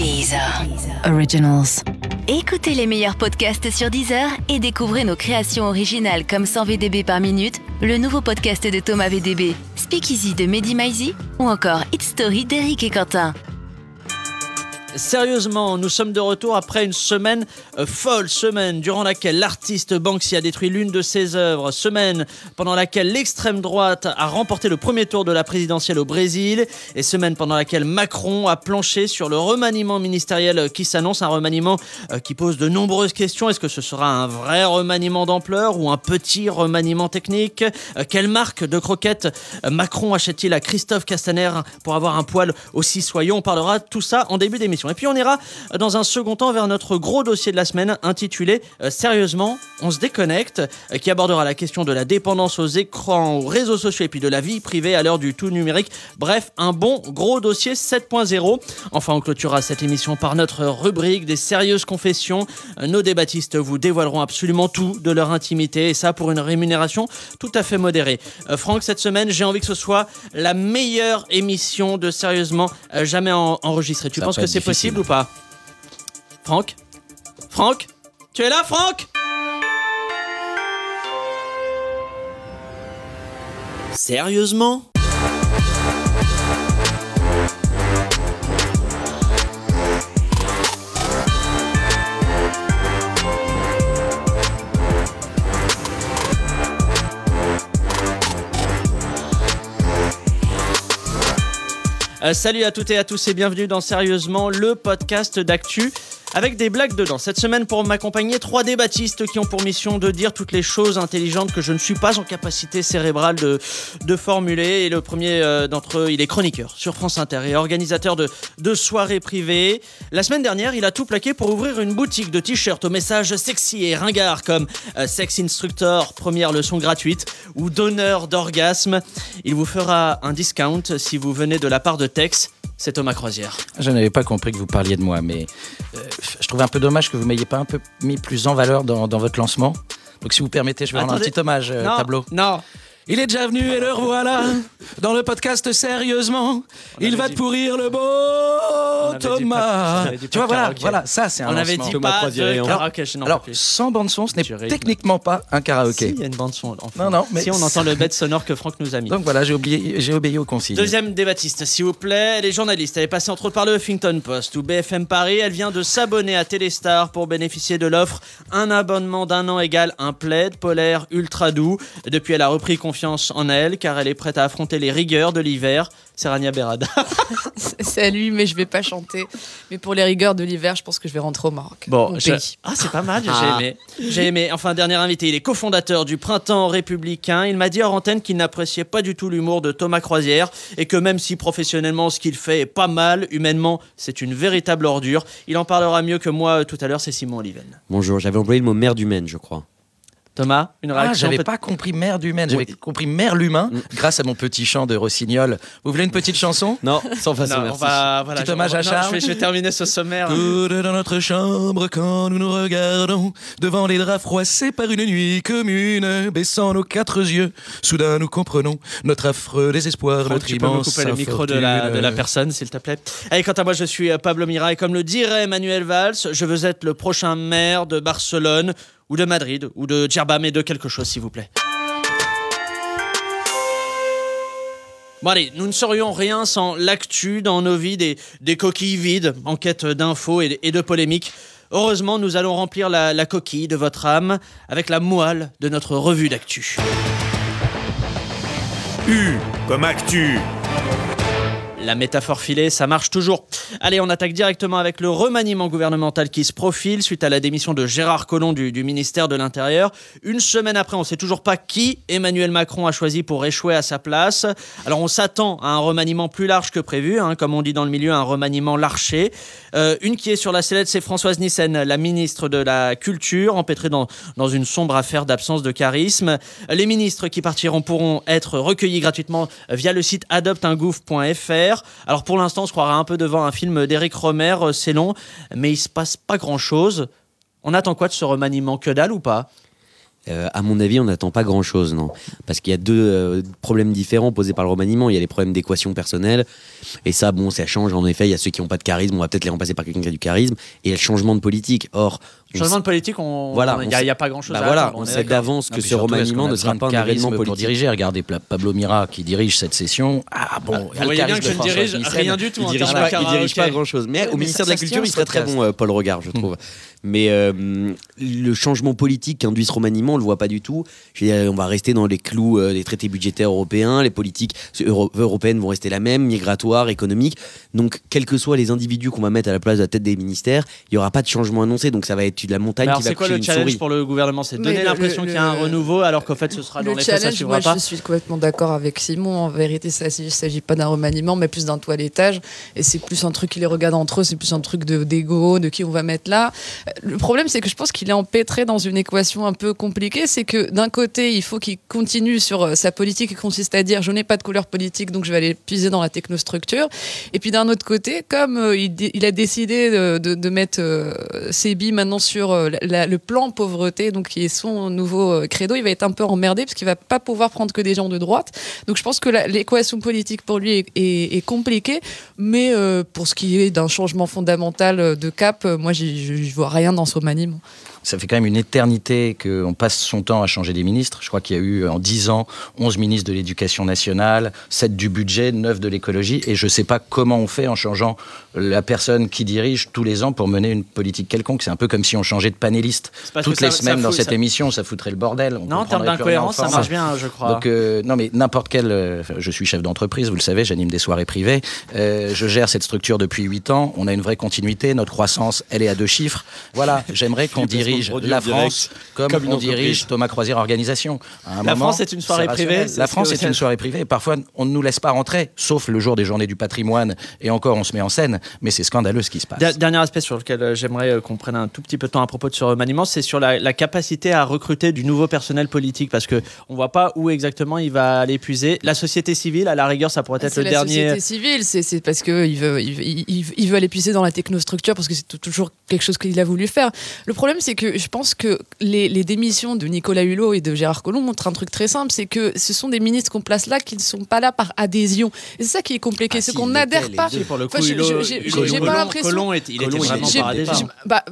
Deezer Originals. Écoutez les meilleurs podcasts sur Deezer et découvrez nos créations originales comme 100 VDB par minute, le nouveau podcast de Thomas VDB, Speakeasy de Mehdi Maizi ou encore Hit Story d'Eric et Quentin. Sérieusement, nous sommes de retour après une semaine, folle semaine, durant laquelle l'artiste Banksy a détruit l'une de ses œuvres, semaine pendant laquelle l'extrême droite a remporté le premier tour de la présidentielle au Brésil, et semaine pendant laquelle Macron a planché sur le remaniement ministériel qui s'annonce, un remaniement qui pose de nombreuses questions. Est-ce que ce sera un vrai remaniement d'ampleur ou un petit remaniement technique ? Quelle marque de croquettes Macron achète-t-il à Christophe Castaner pour avoir un poil aussi soyeux ? On parlera de tout ça en début d'émission. Et puis on ira dans un second temps vers notre gros dossier de la semaine intitulé Sérieusement, on se déconnecte, qui abordera la question de la dépendance aux écrans, aux réseaux sociaux et puis de la vie privée à l'heure du tout numérique. Bref, un bon gros dossier 7.0. Enfin, on clôturera cette émission par notre rubrique des sérieuses confessions. Nos débattistes vous dévoileront absolument tout de leur intimité et ça pour une rémunération tout à fait modérée. Franck, cette semaine, j'ai envie que ce soit la meilleure émission de Sérieusement jamais enregistrée. Tu penses que c'est possible ou pas ? Franck ? Franck ? Tu es là, Franck ? Sérieusement ? Salut à toutes et à tous et bienvenue dans Sérieusement, le podcast d'actu avec des blagues dedans. Cette semaine, pour m'accompagner, 3 débattistes qui ont pour mission de dire toutes les choses intelligentes que je ne suis pas en capacité cérébrale de formuler. Et le premier d'entre eux, il est chroniqueur sur France Inter et organisateur de soirées privées. La semaine dernière, il a tout plaqué pour ouvrir une boutique de t-shirts aux messages sexy et ringards comme Sex Instructor, première leçon gratuite, ou donneur d'orgasme. Il vous fera un discount si vous venez de la part de Tex. C'est Thomas Croisière. Je n'avais pas compris que vous parliez de moi, mais je trouvais un peu dommage que vous ne m'ayez pas un peu mis plus en valeur dans votre lancement. Donc si vous permettez, je vais rendre un petit hommage, Tableau. Non. Il est déjà venu et le revoilà dans le podcast Sérieusement. Il va te pourrir le beau Thomas. Tu vois, voilà, ça c'est un lancement. On avait dit pas de karaoké. Alors, sans bande-son, ce n'est techniquement pas un karaoké. Si, il y a une bande-son. Enfin, non, mais si on entend le bête sonore que Franck nous a mis. Donc voilà, j'ai obéi aux consignes. Deuxième débattiste, s'il vous plaît. Elle est journaliste. Elle est passée entre autres par le Huffington Post ou BFM Paris. Elle vient de s'abonner à Téléstar pour bénéficier de l'offre un abonnement d'un an égale un plaid polaire ultra doux. Depuis, elle a repris confiance en elle car elle est prête à affronter les rigueurs de l'hiver. C'est Rania Berada. Salut, mais je vais pas chanter. Mais pour les rigueurs de l'hiver, je pense que je vais rentrer au Maroc. Bon, c'est pas mal, j'ai aimé. Enfin, dernier invité, il est cofondateur du Printemps républicain. Il m'a dit hors antenne qu'il n'appréciait pas du tout l'humour de Thomas Croisière et que même si professionnellement ce qu'il fait est pas mal, humainement c'est une véritable ordure. Il en parlera mieux que moi tout à l'heure, c'est Simon Oliven. Bonjour, j'avais employé le mot merde humaine, je crois. Thomas, une réaction? J'avais pas compris merde humaine, j'avais compris mère l'humain grâce à mon petit chant de Rossignol. Vous voulez une petite chanson? Non, sans façon, merci. Petit hommage à Charles. Je vais terminer ce sommaire. Coude dans notre chambre quand nous nous regardons devant les draps froissés par une nuit commune, baissant nos 4 yeux, soudain nous comprenons notre affreux désespoir, notre immense infortune. Tu peux me couper le micro de la personne, s'il te plaît. Allez, quant à moi, je suis Pablo Mira et comme le dirait Manuel Valls, je veux être le prochain maire de Barcelone ou de Madrid, ou de Djerba, mais de quelque chose, s'il vous plaît. Bon allez, nous ne serions rien sans l'actu dans nos vies, des coquilles vides, en quête d'infos et de polémiques. Heureusement, nous allons remplir la coquille de votre âme avec la moelle de notre revue d'actu. U comme actu. La métaphore filée, ça marche toujours. Allez, on attaque directement avec le remaniement gouvernemental qui se profile suite à la démission de Gérard Collomb du ministère de l'Intérieur. Une semaine après, on ne sait toujours pas qui Emmanuel Macron a choisi pour échouer à sa place. Alors, on s'attend à un remaniement plus large que prévu, comme on dit dans le milieu, un remaniement larché. Une qui est sur la sellette, c'est Françoise Nyssen, la ministre de la Culture, empêtrée dans une sombre affaire d'absence de charisme. Les ministres qui partiront pourront être recueillis gratuitement via le site adopteungouv.fr. Alors pour l'instant, on se croira un peu devant un film d'Éric Rohmer, c'est long, mais il se passe pas grand-chose. On attend quoi de ce remaniement? Que dalle ou pas? À mon avis, on n'attend pas grand-chose, non. Parce qu'il y a deux problèmes différents posés par le remaniement. Il y a les problèmes d'équation personnelle, et ça, bon, ça change. En effet, il y a ceux qui n'ont pas de charisme, on va peut-être les remplacer par quelqu'un qui a du charisme, et il y a le changement de politique. Or, changement de politique, il n'y a pas grand-chose à attendre. On sait d'avance que ce remaniement ne sera pas un événement politique. Pour diriger, regardez Pablo Mira qui dirige cette session. Ah bon, vous voyez bien que je ne dirige rien du tout. Il ne dirige pas grand-chose. Mais au ministère de la Culture, il serait très bon, Paul Regard, je trouve. Mais le changement politique qu'induit ce remaniement, on le voit pas du tout. On va rester dans les clous des traités budgétaires européens. Les politiques européennes vont rester la même, migratoires, économiques. Donc, quels que soient les individus qu'on va mettre à la place de la tête des ministères, il y aura pas de changement annoncé. Donc, ça va être de la montagne qui va c'est quoi le challenge pour le gouvernement? C'est de donner l'impression qu'il y a un renouveau, alors qu'en fait, ce sera dans les faits, ça ne suivra pas. Je suis complètement d'accord avec Simon. En vérité, il ne s'agit pas d'un remaniement, mais plus d'un toilettage. Et c'est plus un truc qui les regarde entre eux. C'est plus un truc d'égo, de qui on va mettre là. Le problème, c'est que je pense qu'il est empêtré dans une équation un peu compliquée. C'est que d'un côté, il faut qu'il continue sur sa politique qui consiste à dire je n'ai pas de couleur politique, donc je vais aller puiser dans la technostructure. Et puis d'un autre côté, comme il a décidé de mettre ses billes maintenant sur le plan pauvreté, donc qui est son nouveau credo, il va être un peu emmerdé parce qu'il va pas pouvoir prendre que des gens de droite. Donc je pense que l'équation politique pour lui est compliquée, mais pour ce qui est d'un changement fondamental de cap, moi je vois rien dans ce remaniement. Ça fait quand même une éternité qu'on passe son temps à changer des ministres. Je crois qu'il y a eu en 10 ans 11 ministres de l'éducation nationale, 7 du budget, 9 de l'écologie. Et je ne sais pas comment on fait en changeant la personne qui dirige tous les ans pour mener une politique quelconque. C'est un peu comme si on changeait de panéliste toutes les semaines dans cette émission. Ça foutrait le bordel. Non, en termes d'incohérence, ça marche bien, je crois. Donc, non, mais n'importe quel... je suis chef d'entreprise, vous le savez, j'anime des soirées privées. Je gère cette structure depuis 8 ans. On a une vraie continuité. Notre croissance, elle est à 2 chiffres. Voilà, j'aimerais qu'on dirige la France comme on dirige Thomas Croisière Organisation. La France est une soirée privée. La France est une soirée privée. Parfois, on ne nous laisse pas rentrer, sauf le jour des Journées du patrimoine. Et encore, on se met en scène. Mais c'est scandaleux ce qui se passe. Dernier aspect sur lequel j'aimerais qu'on prenne un tout petit peu de temps à propos de ce remaniement, c'est sur la capacité à recruter du nouveau personnel politique, parce qu'on ne voit pas où exactement il va aller puiser. La société civile, à la rigueur, ça pourrait être le dernier. La société civile, c'est parce qu'il veut aller puiser dans la technostructure, parce que c'est toujours quelque chose qu'il a voulu faire. Le problème, c'est que je pense que les démissions de Nicolas Hulot et de Gérard Collomb montrent un truc très simple, c'est que ce sont des ministres qu'on place là qui ne sont pas là par adhésion. Et c'est ça qui est compliqué, c'est qu'on n'adhère pas. Pour le coup, j'ai pas l'impression. Collomb, il était vraiment par adhésion.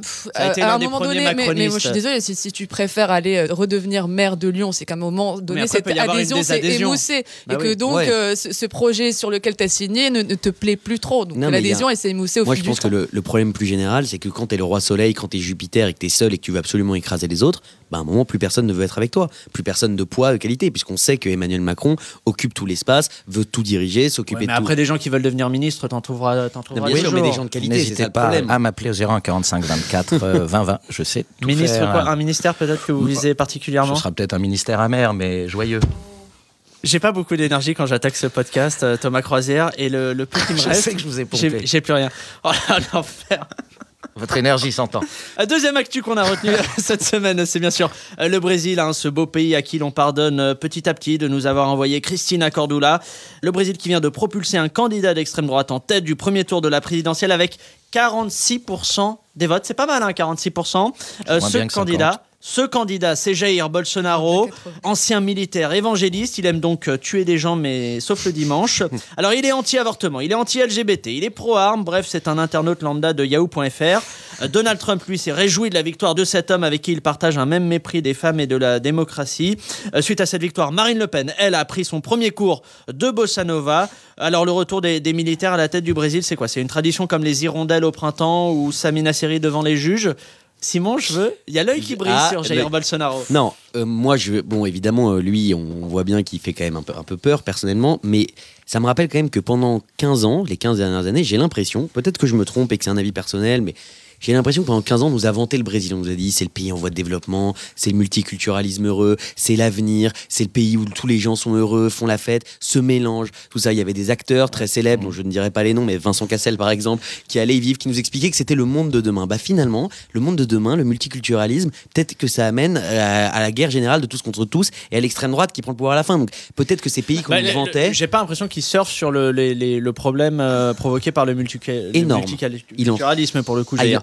À un moment donné, mais moi je suis désolée, si tu préfères aller redevenir maire de Lyon, c'est qu'à un moment donné, cette adhésion s'est émoussée. Et que donc, ce projet sur lequel tu as signé ne te plaît plus trop. Donc l'adhésion, elle s'est émoussée au fil du temps. Moi, je pense que le problème plus général, c'est que quand t'es le roi soleil, quand t'es Jupiter et que t'es seul et que tu veux absolument écraser les autres, à un moment, plus personne ne veut être avec toi. Plus personne de poids, de qualité, puisqu'on sait que Emmanuel Macron occupe tout l'espace, veut tout diriger, s'occuper de tout. Mais après, des gens qui veulent devenir ministre, t'en trouveras bien sûr, mais des gens de qualité, n'hésitez pas à m'appeler au 01 45 24 20 20, je sais tout ministre faire. Quoi, un ministère peut-être que vous visez particulièrement? Ce sera peut-être un ministère amer, mais joyeux. J'ai pas beaucoup d'énergie quand j'attaque ce podcast, Thomas Croisière, et le peu qui me reste... Je sais que je vous ai pompé. J'ai plus rien. Oh là, l'enfer. Votre énergie s'entend. Deuxième actu qu'on a retenu cette semaine, c'est bien sûr le Brésil, ce beau pays à qui l'on pardonne petit à petit de nous avoir envoyé Cristina Cordula. Le Brésil qui vient de propulser un candidat d'extrême droite en tête du premier tour de la présidentielle avec 46% des votes. C'est pas mal, 46%. Ce candidat, c'est Jair Bolsonaro, ancien militaire évangéliste. Il aime donc tuer des gens, mais sauf le dimanche. Alors, il est anti-avortement, il est anti-LGBT, il est pro-armes. Bref, c'est un internaute lambda de yahoo.fr. Donald Trump, lui, s'est réjoui de la victoire de cet homme avec qui il partage un même mépris des femmes et de la démocratie. Suite à cette victoire, Marine Le Pen, elle, a pris son premier cours de bossa nova. Alors, le retour des militaires à la tête du Brésil, c'est quoi? C'est une tradition comme les hirondelles au printemps ou Samina Seri devant les juges? Simon, il y a l'œil qui brille sur Jair Bolsonaro. Non, moi, évidemment, lui, on voit bien qu'il fait quand même un peu peur, personnellement, mais ça me rappelle quand même que pendant 15 ans, les 15 dernières années, j'ai l'impression, peut-être que je me trompe et que c'est un avis personnel, mais j'ai l'impression que pendant 15 ans, on nous a vanté le Brésil. On nous a dit, c'est le pays en voie de développement, c'est le multiculturalisme heureux, c'est l'avenir, c'est le pays où tous les gens sont heureux, font la fête, se mélangent, tout ça. Il y avait des acteurs très célèbres, dont je ne dirais pas les noms, mais Vincent Cassel, par exemple, qui allaient y vivre, qui nous expliquaient que c'était le monde de demain. Finalement, le monde de demain, le multiculturalisme, peut-être que ça amène à la guerre générale de tous contre tous et à l'extrême droite qui prend le pouvoir à la fin. Donc, peut-être que ces pays qu'on nous vantait... J'ai pas l'impression qu'ils surfent sur le problème provoqué par le multiculturalisme, pour le coup.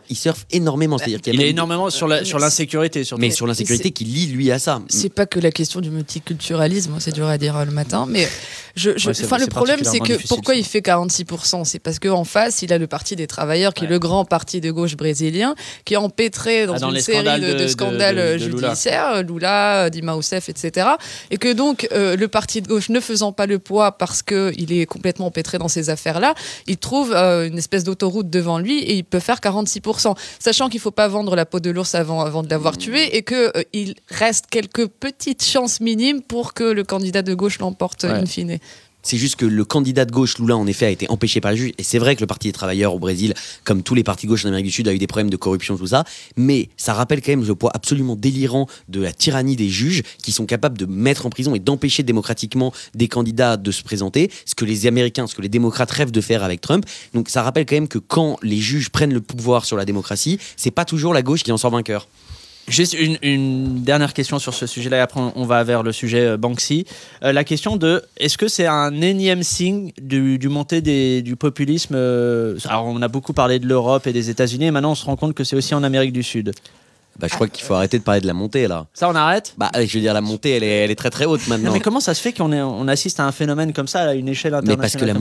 il surfe énormément. C'est-à-dire qu'il y a Il est même- énormément sur l'insécurité, surtout. mais sur l'insécurité qui lie lui à ça. C'est pas que la question du multiculturalisme, c'est dur à dire le matin, mais c'est le problème c'est particulièrement que difficile, pourquoi ça. il fait 46%, c'est parce qu'en face il a le Parti des travailleurs qui est le grand parti de gauche brésilien qui est empêtré dans dans une les série scandales de scandales de Lula. judiciaires, Lula, Dilma Rousseff, etc. Et que donc le parti de gauche ne faisant pas le poids parce qu'il est complètement empêtré dans ces affaires-là, il trouve une espèce d'autoroute devant lui et il peut faire 46%, sachant qu'il ne faut pas vendre la peau de l'ours avant de l'avoir tué et qu'il reste quelques petites chances minimes pour que le candidat de gauche l'emporte in fine. C'est juste que le candidat de gauche, Lula, en effet, a été empêché par le juge. Et c'est vrai que le Parti des travailleurs au Brésil, comme tous les partis de gauche en Amérique du Sud, a eu des problèmes de corruption, tout ça. Mais ça rappelle quand même le poids absolument délirant de la tyrannie des juges qui sont capables de mettre en prison et d'empêcher démocratiquement des candidats de se présenter. Ce que les Américains, ce que les démocrates rêvent de faire avec Trump. Donc ça rappelle quand même que quand les juges prennent le pouvoir sur la démocratie, c'est pas toujours la gauche qui en sort vainqueur. Juste une dernière question sur ce sujet-là, et après on va vers le sujet Banksy. La question de, est-ce que c'est un énième signe du montée du populisme Alors on a beaucoup parlé de l'Europe et des États-Unis, et maintenant on se rend compte que c'est aussi en Amérique du Sud. Bah, je crois qu'il faut arrêter de parler de la montée, là. Ça, on arrête ? Bah, je veux dire, la montée, elle est très très haute maintenant. Non, mais comment ça se fait qu'on assiste à un phénomène comme ça à une échelle internationale ? Mais parce que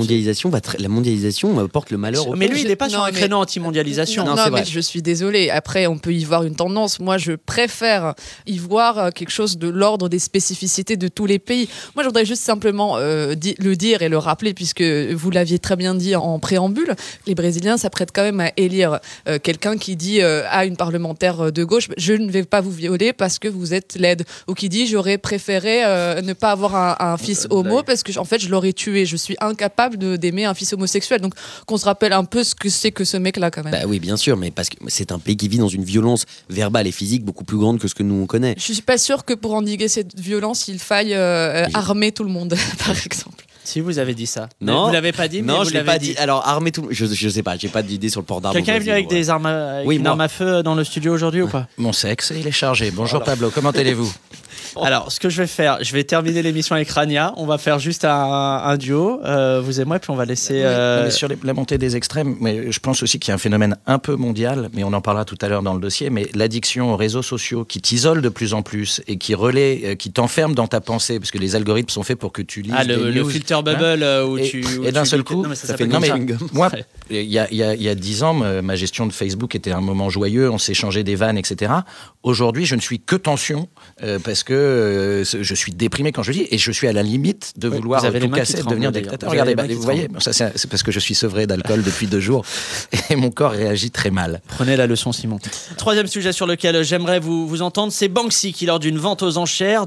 la mondialisation porte le malheur au Mais lui, il n'est pas Non, sur un mais- créneau anti-mondialisation. Non, c'est vrai. mais je suis désolée. Après, on peut y voir une tendance. Moi, je préfère y voir quelque chose de l'ordre des spécificités de tous les pays. Moi, je voudrais juste simplement le dire et le rappeler, puisque vous l'aviez très bien dit en préambule. Les Brésiliens s'apprêtent quand même à élire quelqu'un qui dit à une parlementaire de gauche, je ne vais pas vous violer parce que vous êtes laide, ou qui dit j'aurais préféré ne pas avoir un fils homo parce que en fait je l'aurais tué. Je suis incapable d'aimer un fils homosexuel. Donc qu'on se rappelle un peu ce que c'est que ce mec-là quand même. Bah oui, bien sûr, mais parce que c'est un pays qui vit dans une violence verbale et physique beaucoup plus grande que ce que nous on connaît. Je suis pas sûre que pour endiguer cette violence, il faille armer tout le monde, par exemple. Si vous avez dit ça. Non. Vous l'avez pas dit, mais Non, vous je l'ai l'avez pas dit. Alors, armer tout. Je sais pas, j'ai pas d'idée sur le port d'armes. Quelqu'un au est venu Brésil, avec des armes Oui, une moi. arme à feu dans le studio aujourd'hui ou pas ? Mon sexe, il est chargé. Bonjour Pablo, comment allez-vous ? Alors, ce que je vais faire, je vais terminer l'émission avec Rania. On va faire juste un duo, vous et moi, puis on va laisser. Non, mais sur la montée des extrêmes, mais je pense aussi qu'il y a un phénomène un peu mondial, mais on en parlera tout à l'heure dans le dossier, mais l'addiction aux réseaux sociaux qui t'isolent de plus en plus et qui relaie, qui t'enferme dans ta pensée, parce que les algorithmes sont faits pour que tu lises des le news, filter hein. bubble où Et- tu. et d'un tu seul dis- coup, non, mais ça ça fait s'appelle Non, comme mais ça. moi, il y a 10 ans, ma gestion de Facebook était un moment joyeux, on s'échangeait des vannes, etc. Aujourd'hui, je ne suis que tension parce que je suis déprimé quand je le dis et je suis à la limite de vouloir vous avez les tout mains qui casser, de tremblent, devenir d'ailleurs. dictateur. Vous avez Regardez, les mains qui vous voyez, ça c'est parce que je suis sevré d'alcool depuis 2 jours et mon corps réagit très mal. Prenez la leçon, Simon. Troisième sujet sur lequel j'aimerais vous entendre, c'est Banksy qui, lors d'une vente aux enchères,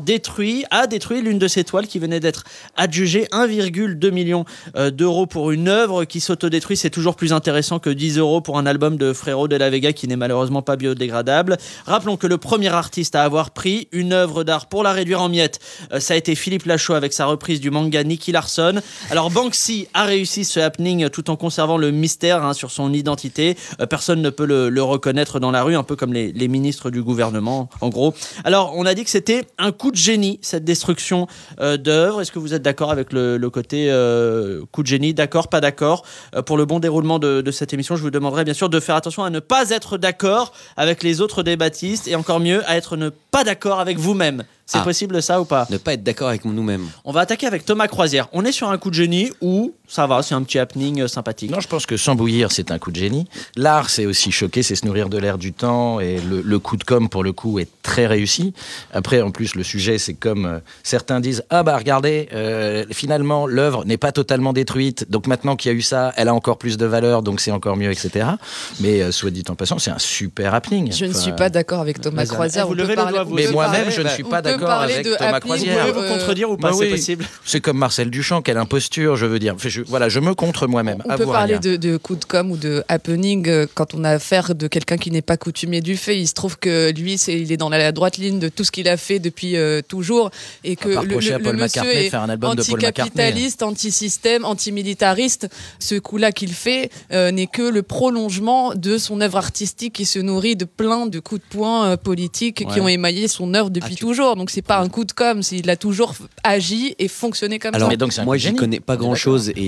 a détruit l'une de ses toiles qui venait d'être adjugée 1,2 million d'euros pour une œuvre qui s'autodétruit. C'est toujours plus intéressant que 10 euros pour un album de Frérot de la Vega qui n'est malheureusement pas biodégradable. Rappelons que le premier artiste à avoir pris une œuvre d'art pour la réduire en miettes, ça a été Philippe Lachaud avec sa reprise du manga Nicky Larson. Alors Banksy a réussi ce happening tout en conservant le mystère sur son identité. Personne ne peut le reconnaître dans la rue, un peu comme les ministres du gouvernement, en gros. Alors, on a dit que c'était un coup de génie, cette destruction d'œuvres. Est-ce que vous êtes d'accord avec le côté coup de génie ? D'accord, pas d'accord ? Pour le bon déroulement de cette émission, je vous demanderai bien sûr de faire attention à ne pas être d'accord avec les autres débattistes et encore mieux, à ne pas d'accord avec vous-même. C'est possible ça ou pas ? Ne pas être d'accord avec nous-mêmes. On va attaquer avec Thomas Croisière. On est sur un coup de génie ou ça va, c'est un petit happening sympathique. Non, je pense que sans bouillir, c'est un coup de génie. L'art, c'est aussi choquer, c'est se nourrir de l'air du temps. Et le coup de com', pour le coup, est très réussi. Après, en plus, le sujet, c'est comme certains disent, ah bah regardez, finalement, l'œuvre n'est pas totalement détruite. Donc maintenant qu'il y a eu ça, elle a encore plus de valeur, donc c'est encore mieux, etc. Mais soit dit en passant, c'est un super happening. Je ne suis pas d'accord avec Thomas Vas-y. Croisière. Vous On peut levez le parler- doigt, vous on Mais peut moi-même, parler- je ne suis on pas peut d'accord parler avec de Thomas happening, Croisière. Vous pouvez vous contredire ou pas ? Bah C'est oui. possible. C'est comme Marcel Duchamp, quelle imposture, je veux dire. Je me contre moi-même. On À peut vous, parler Rania. de coup de com' ou de happening quand on a affaire de quelqu'un qui n'est pas coutumier du fait. Il se trouve que lui, il est dans la droite ligne de tout ce qu'il a fait depuis toujours et que On va pas reprocher à Paul monsieur McCartney de est faire un album de Paul McCartney. anticapitaliste, anti-système, antimilitariste. Ce coup-là qu'il fait n'est que le prolongement de son œuvre artistique qui se nourrit de plein de coups de poing politiques qui ont émaillé son œuvre depuis toujours. Donc c'est pas un coup de com', il a toujours agi et fonctionné comme Alors, ça. Mais donc, c'est un moi, coup de j'y génie. connais pas On est grand-chose et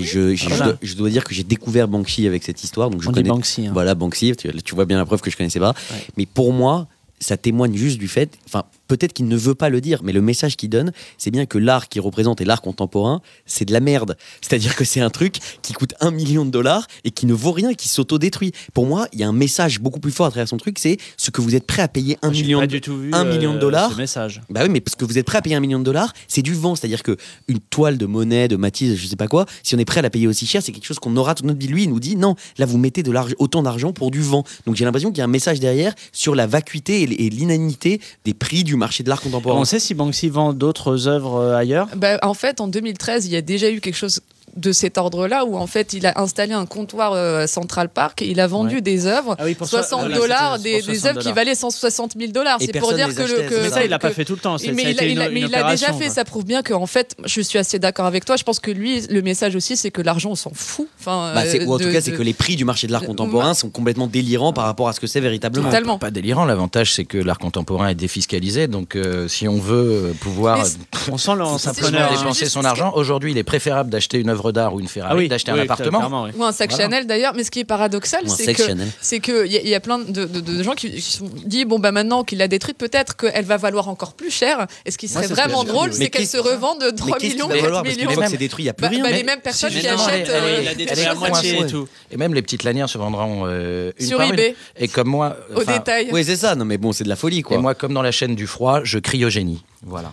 je dois dire que j'ai découvert Banksy avec cette histoire. Donc je On dit connais, Banksy. Hein. Voilà, Banksy, tu vois bien la preuve que je connaissais pas. Ouais. Mais pour moi, ça témoigne juste du fait, enfin peut-être qu'il ne veut pas le dire, mais le message qu'il donne, c'est bien que l'art qu'il représente et l'art contemporain, c'est de la merde. C'est-à-dire que c'est un truc qui coûte $1 million et qui ne vaut rien, qui s'autodétruit. Pour moi, il y a un message beaucoup plus fort à travers son truc, c'est ce que vous êtes prêt à payer $1 million. Pas du tout vu, $1 million. Ce message. Bah oui, mais parce que vous êtes prêt à payer $1 million, c'est du vent. C'est-à-dire que une toile de Monet, de Matisse, je sais pas quoi, si on est prêt à la payer aussi cher, c'est quelque chose qu'on aura toute notre vie. Lui, il nous dit non, là vous mettez autant d'argent pour du vent. Donc j'ai l'impression qu'il y a un message derrière sur la vacuité et l'inanité des prix du marché de l'art contemporain. On sait si Banksy vend d'autres œuvres ailleurs ? En fait, en 2013, il y a déjà eu quelque chose de cet ordre-là où en fait il a installé un comptoir à Central Park et il a vendu des œuvres pour $60, des œuvres qui valaient $160 000. C'est pour dire mais ça il l'a pas fait tout le temps. Mais il l'a déjà fait. Ça prouve bien qu'en fait, je suis assez d'accord avec toi. Je pense que lui, le message aussi, c'est que l'argent, on s'en fout. Ou en tout cas, c'est que les prix du marché de l'art contemporain sont complètement délirants par rapport à ce que c'est véritablement. Totalement. Pas délirant. L'avantage, c'est que l'art contemporain est défiscalisé. Donc, si on veut pouvoir, on sent l'entrepreneur dépenser son argent. Aujourd'hui, il est préférable d'acheter une œuvre d'art ou une Ferrari d'acheter un appartement ou un sac Chanel d'ailleurs. Mais ce qui est paradoxal, c'est que il y a plein de gens qui se sont dit maintenant qu'il l'a détruite, peut-être qu'elle va valoir encore plus cher. Et ce qui serait vraiment drôle, c'est qu'elle se revende de 3 millions, 4 millions. Une fois que c'est détruit, il n'y a plus rien. Les mêmes personnes qui achètent. Elle a détruit à moitié et tout. Et même les petites lanières se vendront sur eBay. Et comme moi, au détail. Oui, c'est ça. Non, mais bon, c'est de la folie, quoi. Et moi, comme dans la chaîne du froid, je crie au génie. Voilà.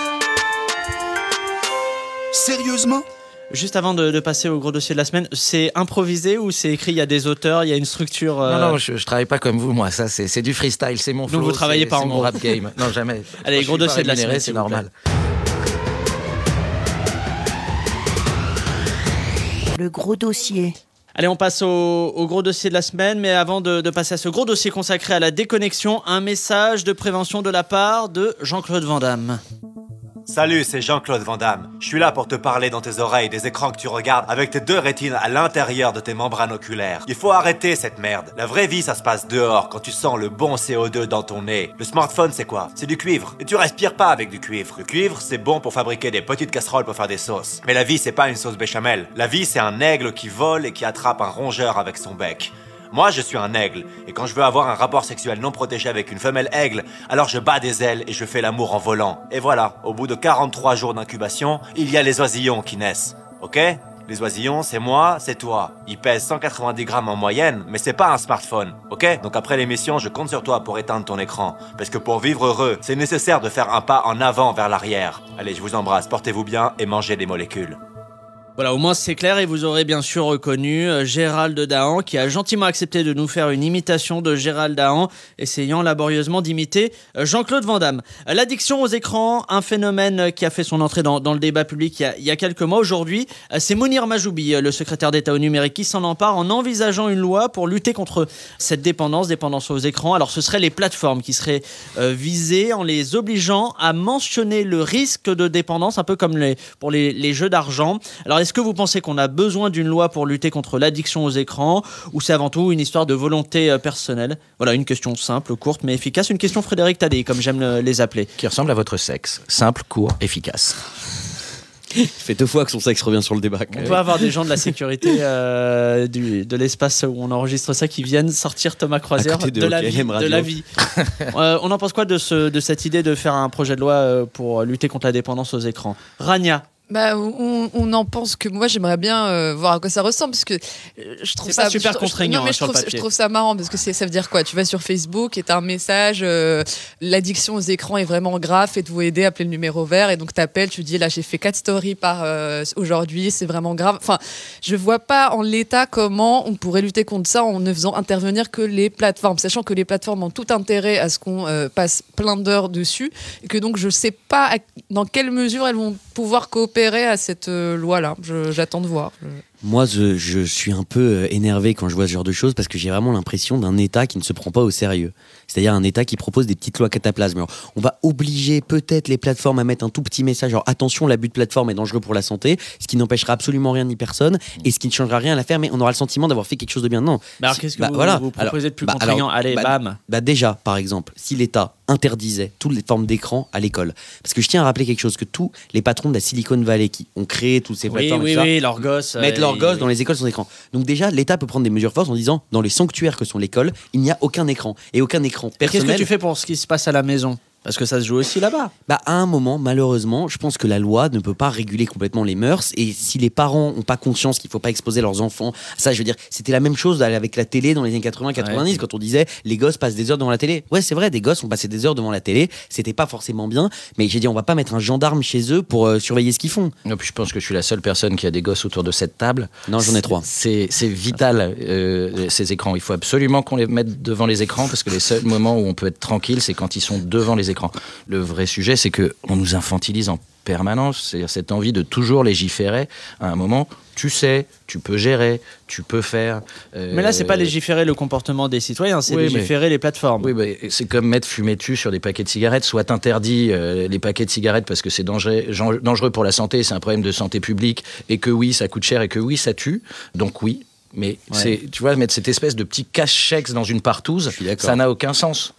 Sérieusement ? Juste avant de passer au gros dossier de la semaine, c'est improvisé ou c'est écrit, il y a des auteurs, il y a une structure Non, je travaille pas comme vous, moi. Ça, c'est du freestyle, c'est mon flow. Donc vous travaillez pas en mon rap game. Non, jamais. Allez, gros dossier de la semaine, c'est normal. Le gros dossier. Allez, on passe au gros dossier de la semaine, mais avant de passer à ce gros dossier consacré à la déconnexion, un message de prévention de la part de Jean-Claude Van Damme. Salut, c'est Jean-Claude Van Damme. Je suis là pour te parler dans tes oreilles des écrans que tu regardes avec tes 2 rétines à l'intérieur de tes membranes oculaires. Il faut arrêter cette merde. La vraie vie, ça se passe dehors quand tu sens le bon CO2 dans ton nez. Le smartphone, c'est quoi ? C'est du cuivre. Et tu respires pas avec du cuivre. Le cuivre, c'est bon pour fabriquer des petites casseroles pour faire des sauces. Mais la vie, c'est pas une sauce béchamel. La vie, c'est un aigle qui vole et qui attrape un rongeur avec son bec. Moi, je suis un aigle, et quand je veux avoir un rapport sexuel non protégé avec une femelle aigle, alors je bats des ailes et je fais l'amour en volant. Et voilà, au bout de 43 jours d'incubation, il y a les oisillons qui naissent. Ok ? Les oisillons, c'est moi, c'est toi. Ils pèsent 190 grammes en moyenne, mais c'est pas un smartphone, ok ? Donc après l'émission, je compte sur toi pour éteindre ton écran. Parce que pour vivre heureux, c'est nécessaire de faire un pas en avant vers l'arrière. Allez, je vous embrasse, portez-vous bien et mangez des molécules. Voilà, au moins c'est clair et vous aurez bien sûr reconnu Gérald Dahan qui a gentiment accepté de nous faire une imitation de Gérald Dahan, essayant laborieusement d'imiter Jean-Claude Van Damme. L'addiction aux écrans, un phénomène qui a fait son entrée dans le débat public il y a quelques mois. Aujourd'hui, c'est Mounir Majoubi, le secrétaire d'État au numérique, qui s'en empare en envisageant une loi pour lutter contre cette dépendance aux écrans. Alors ce seraient les plateformes qui seraient visées en les obligeant à mentionner le risque de dépendance, un peu comme pour les jeux d'argent. Alors est-ce que vous pensez qu'on a besoin d'une loi pour lutter contre l'addiction aux écrans ou c'est avant tout une histoire de volonté personnelle ? Voilà, une question simple, courte mais efficace. Une question Frédéric Tadei, comme j'aime les appeler. Qui ressemble à votre sexe. Simple, court, efficace. Ça fait 2 fois que son sexe revient sur le débat. On peut avoir des gens de la sécurité de l'espace où on enregistre ça qui viennent sortir Thomas Croisière de la vie. On en pense quoi de cette idée de faire un projet de loi pour lutter contre la dépendance aux écrans ? Rania ? On en pense que moi j'aimerais bien voir à quoi ça ressemble parce que je trouve ça super contraignant sur le papier. Je trouve ça marrant parce que ça veut dire quoi ? Tu vas sur Facebook et t'as un message l'addiction aux écrans est vraiment grave, faites-vous aider, appelez le numéro vert et donc t'appelles, tu dis là j'ai fait 4 stories par aujourd'hui, c'est vraiment grave. Enfin, je vois pas en l'état comment on pourrait lutter contre ça en ne faisant intervenir que les plateformes, sachant que les plateformes ont tout intérêt à ce qu'on passe plein d'heures dessus et que donc je sais pas dans quelle mesure elles vont pouvoir coopérer à cette loi-là. J'attends de voir. Moi, je suis un peu énervé quand je vois ce genre de choses parce que j'ai vraiment l'impression d'un État qui ne se prend pas au sérieux. C'est-à-dire un État qui propose des petites lois cataplasmes. Alors, on va obliger peut-être les plateformes à mettre un tout petit message, genre attention, l'abus de plateforme est dangereux pour la santé, ce qui n'empêchera absolument rien ni personne et ce qui ne changera rien à l'affaire, mais on aura le sentiment d'avoir fait quelque chose de bien. Non. Alors qu'est-ce que vous proposez de plus contraignant ? Allez, bam. Déjà, par exemple, si l'État interdisait toutes les formes d'écran à l'école, parce que je tiens à rappeler quelque chose, que tous les patrons de la Silicon Valley qui ont créé toutes ces plateformes, oui, leurs gosses mettent leurs leurs gosses dans les écoles sans écran. Donc déjà, l'État peut prendre des mesures fortes en disant, dans les sanctuaires que sont l'école, il n'y a aucun écran. Et aucun écran personnel. Qu'est-ce que tu fais pour ce qui se passe à la maison ? Parce que ça se joue aussi là-bas. À un moment, malheureusement, je pense que la loi ne peut pas réguler complètement les mœurs. Et si les parents n'ont pas conscience qu'il ne faut pas exposer leurs enfants, ça, je veux dire, c'était la même chose avec la télé dans les années 80-90, quand on disait les gosses passent des heures devant la télé. Ouais, c'est vrai, des gosses ont passé des heures devant la télé. C'était pas forcément bien. Mais j'ai dit, on va pas mettre un gendarme chez eux pour surveiller ce qu'ils font. Non, puis je pense que je suis la seule personne qui a des gosses autour de cette table. Non, j'en ai 3. C'est vital, ces écrans. Il faut absolument qu'on les mette devant les écrans parce que les seuls moments où on peut être tranquille, c'est quand ils sont devant les écrans. Le vrai sujet, c'est qu'on nous infantilise en permanence. C'est-à-dire cette envie de toujours légiférer. À un moment, tu sais, tu peux gérer, tu peux faire. Mais là, c'est pas légiférer le comportement des citoyens, c'est légiférer les plateformes. Oui, mais c'est comme mettre fumer dessus sur des paquets de cigarettes. Soit interdit les paquets de cigarettes parce que c'est dangereux pour la santé, c'est un problème de santé publique, et que oui, ça coûte cher et que oui, ça tue. Donc oui, mais tu vois, mettre cette espèce de petit cache-chèque dans une partouze, ça n'a aucun sens.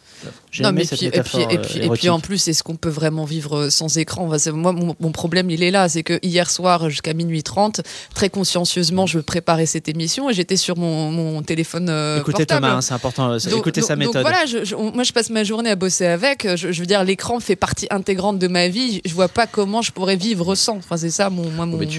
Et puis en plus, est-ce qu'on peut vraiment vivre sans écran ? Moi, mon problème, il est là. C'est que hier soir, jusqu'à minuit 30, très consciencieusement, je préparais cette émission et j'étais sur mon téléphone Écoutez portable. Thomas, c'est important. Écoutez sa méthode. Donc voilà, moi, je passe ma journée à bosser avec. Je veux dire, l'écran fait partie intégrante de ma vie. Je vois pas comment je pourrais vivre sans. Enfin, c'est ça mon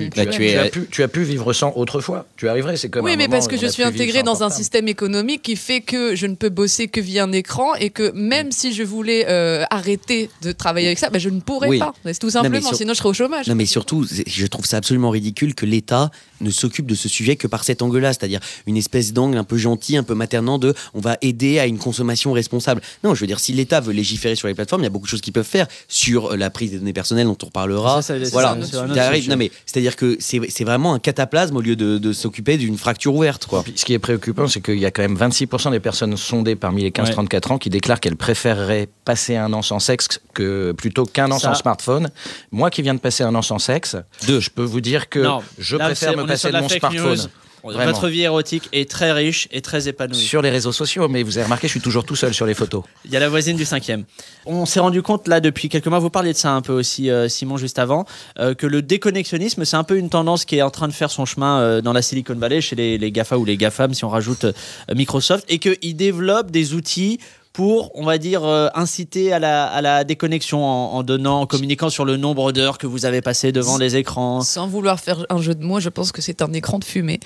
tu as pu vivre sans autrefois. Tu arriverais, c'est comme oui, mais parce que je suis intégrée dans un système économique qui fait que je ne peux bosser que via un écran et que même si je voulais arrêter de travailler avec ça, je ne pourrais pas. C'est tout simplement, sinon je serais au chômage. Non, mais surtout, je trouve ça absolument ridicule que l'État ne s'occupe de ce sujet que par cet angle-là, c'est-à-dire une espèce d'angle un peu gentil, un peu maternant de on va aider à une consommation responsable. Non, je veux dire, si l'État veut légiférer sur les plateformes, il y a beaucoup de choses qu'ils peuvent faire sur la prise des données personnelles dont on reparlera. Voilà. Non, mais c'est-à-dire que c'est vraiment un cataplasme au lieu de s'occuper d'une fracture ouverte, quoi. Ce qui est préoccupant, c'est qu'il y a quand même 26% des personnes sondées parmi les 15-34 ans qui déclarent qu'elles préféreraient passer un an sans sexe plutôt qu'un an sans smartphone. Moi qui viens de passer un an sans sexe, je peux vous dire que je préfère me passer de mon smartphone. Vraiment. Votre vie érotique est très riche et très épanouie. Sur les réseaux sociaux, mais vous avez remarqué, je suis toujours tout seul sur les photos. Il y a la voisine du 5e. On s'est rendu compte là depuis quelques mois, vous parliez de ça un peu aussi, Simon, juste avant, que le déconnexionnisme, c'est un peu une tendance qui est en train de faire son chemin dans la Silicon Valley, chez les GAFA ou les GAFAM, si on rajoute Microsoft, et qu'ils développent des outils pour, on va dire, inciter à la déconnexion en communiquant sur le nombre d'heures que vous avez passé devant les écrans. Sans vouloir faire un jeu de mots, je pense que c'est un écran de fumée.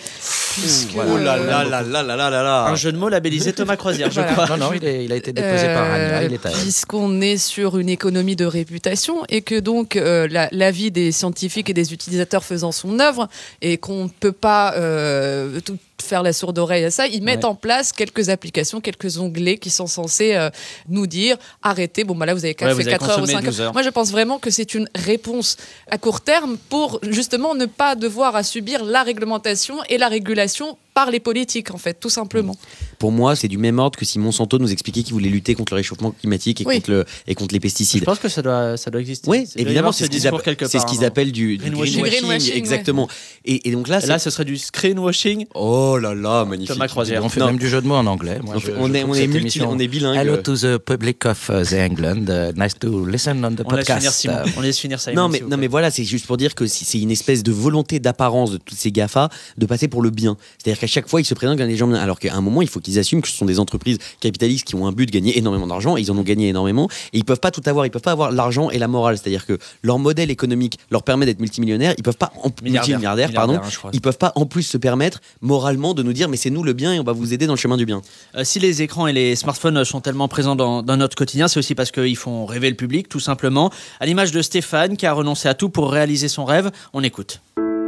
Oh là là là là là là là. Un jeu de mots labellisé Thomas Croisière, je crois. Non, il a été déposé par Ania, il est à elle. Puisqu'on est sur une économie de réputation et que donc l'avis des scientifiques et des utilisateurs faisant son œuvre et qu'on ne peut pas tout faire la sourde oreille à ça, ils mettent en place quelques applications, quelques onglets qui sont censés nous dire arrêtez, là vous avez 4 heures ou 5 heures. Moi je pense vraiment que c'est une réponse à court terme pour justement ne pas devoir à subir la réglementation et la régulation par les politiques, en fait, tout simplement. Pour moi, c'est du même ordre que si Monsanto nous expliquait qu'il voulait lutter contre le réchauffement climatique et contre les pesticides. Je pense que ça doit exister. Oui, évidemment, c'est ce qu'ils appellent du greenwashing. Exactement. Et donc là, ce serait du screenwashing. Oh là là, magnifique. Thomas Croisière. On fait même du jeu de mots en anglais. Moi, on est bilingue. Hello to the public of the England. Nice to listen on the podcast. On laisse finir ça. Non, mais voilà, c'est juste pour dire que c'est une espèce de volonté d'apparence de tous ces GAFA de passer pour le bien. C'est-à-dire qu'à chaque fois, ils se présentent comme des gens bien. Alors qu'à un moment, il faut qu'ils assument que ce sont des entreprises capitalistes qui ont un but de gagner énormément d'argent. Et ils en ont gagné énormément. Et ils peuvent pas tout avoir. Ils peuvent pas avoir l'argent et la morale. C'est-à-dire que leur modèle économique leur permet d'être multimillionnaires. Ils peuvent pas multimilliardaires, pardon. Ils peuvent pas en plus se permettre moralement de nous dire mais c'est nous le bien et on va vous aider dans le chemin du bien. Si les écrans et les smartphones sont tellement présents dans notre quotidien, c'est aussi parce qu'ils font rêver le public, tout simplement. À l'image de Stéphane qui a renoncé à tout pour réaliser son rêve. On écoute.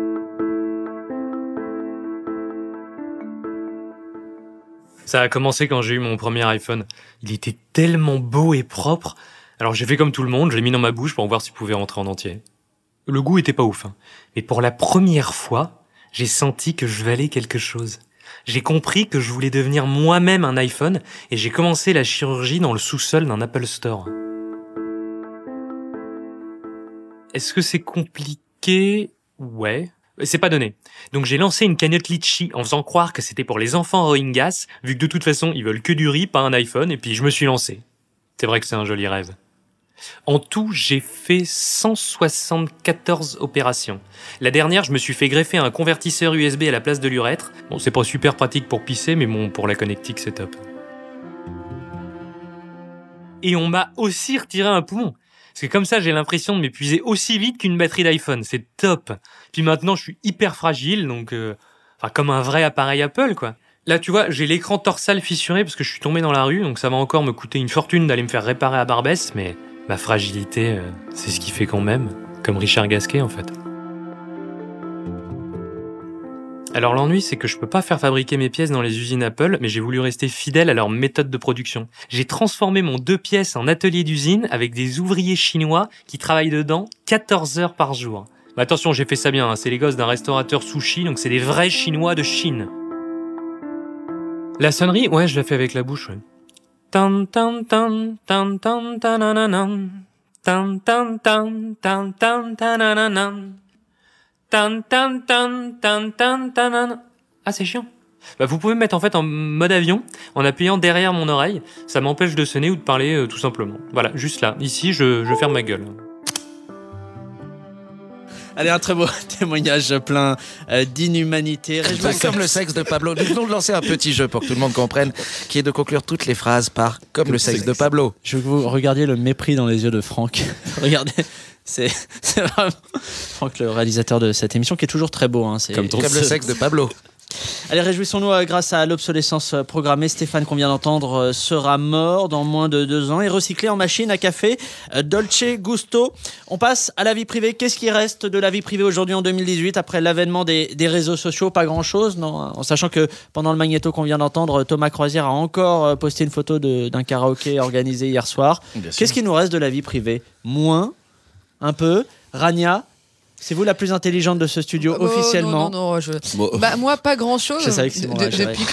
Ça a commencé quand j'ai eu mon premier iPhone. Il était tellement beau et propre. Alors j'ai fait comme tout le monde, je l'ai mis dans ma bouche pour voir s'il pouvait rentrer en entier. Le goût était pas ouf, hein. Mais pour la première fois, j'ai senti que je valais quelque chose. J'ai compris que je voulais devenir moi-même un iPhone et j'ai commencé la chirurgie dans le sous-sol d'un Apple Store. Est-ce que c'est compliqué ? Ouais. C'est pas donné. Donc j'ai lancé une cagnotte Litchi en faisant croire que c'était pour les enfants Rohingyas, vu que de toute façon ils veulent que du riz, pas un iPhone, et puis je me suis lancé. C'est vrai que c'est un joli rêve. En tout, j'ai fait 174 opérations. La dernière, je me suis fait greffer un convertisseur USB à la place de l'urètre. Bon, c'est pas super pratique pour pisser, mais bon, pour la connectique, c'est top. Et on m'a aussi retiré un poumon. Parce que comme ça, j'ai l'impression de m'épuiser aussi vite qu'une batterie d'iPhone. C'est top. Puis maintenant, je suis hyper fragile, donc... comme un vrai appareil Apple, quoi. Là, tu vois, j'ai l'écran torsal fissuré parce que je suis tombé dans la rue, donc ça va encore me coûter une fortune d'aller me faire réparer à Barbès, mais ma fragilité, c'est ce qui fait qu'on m'aime. Comme Richard Gasquet, en fait. Alors l'ennui, c'est que je peux pas faire fabriquer mes pièces dans les usines Apple, mais j'ai voulu rester fidèle à leur méthode de production. J'ai transformé mon 2 pièces en atelier d'usine avec des ouvriers chinois qui travaillent dedans 14 heures par jour. Mais attention, j'ai fait ça bien, hein. C'est les gosses d'un restaurateur sushi, donc c'est des vrais Chinois de Chine. La sonnerie, ouais, je la fais avec la bouche, ouais. Tan tan tan tan tan tanananan. Tan tan tan tan tan tanananan. Tan tan tan tan tan tanananan. Ah, c'est chiant. Vous pouvez me mettre en fait en mode avion en appuyant derrière mon oreille. Ça m'empêche de sonner ou de parler tout simplement. Voilà, juste là. Ici, je ferme ma gueule. Allez, un très beau témoignage plein d'inhumanité. Comme le sexe de Pablo. Nous venons de lancer un petit jeu pour que tout le monde comprenne, qui est de conclure toutes les phrases par « comme le sexe de Pablo ». Je veux que vous regardiez le mépris dans les yeux de Franck. Regardez, c'est vraiment Franck, le réalisateur de cette émission, qui est toujours très beau. Hein. Comme le sexe de Pablo. Allez, réjouissons-nous grâce à l'obsolescence programmée. Stéphane, qu'on vient d'entendre, sera mort dans moins de 2 ans et recyclé en machine à café Dolce Gusto. On passe à la vie privée. Qu'est-ce qui reste de la vie privée aujourd'hui en 2018 après l'avènement des réseaux sociaux? Pas grand-chose, non, en sachant que pendant le magnéto qu'on vient d'entendre, Thomas Croisière a encore posté une photo d'un karaoké organisé hier soir. Qu'est-ce qui nous reste de la vie privée? Moins? Un peu? Rania? C'est vous la plus intelligente de ce studio, officiellement. Non, moi, pas grand-chose. Je savais que c'est bon,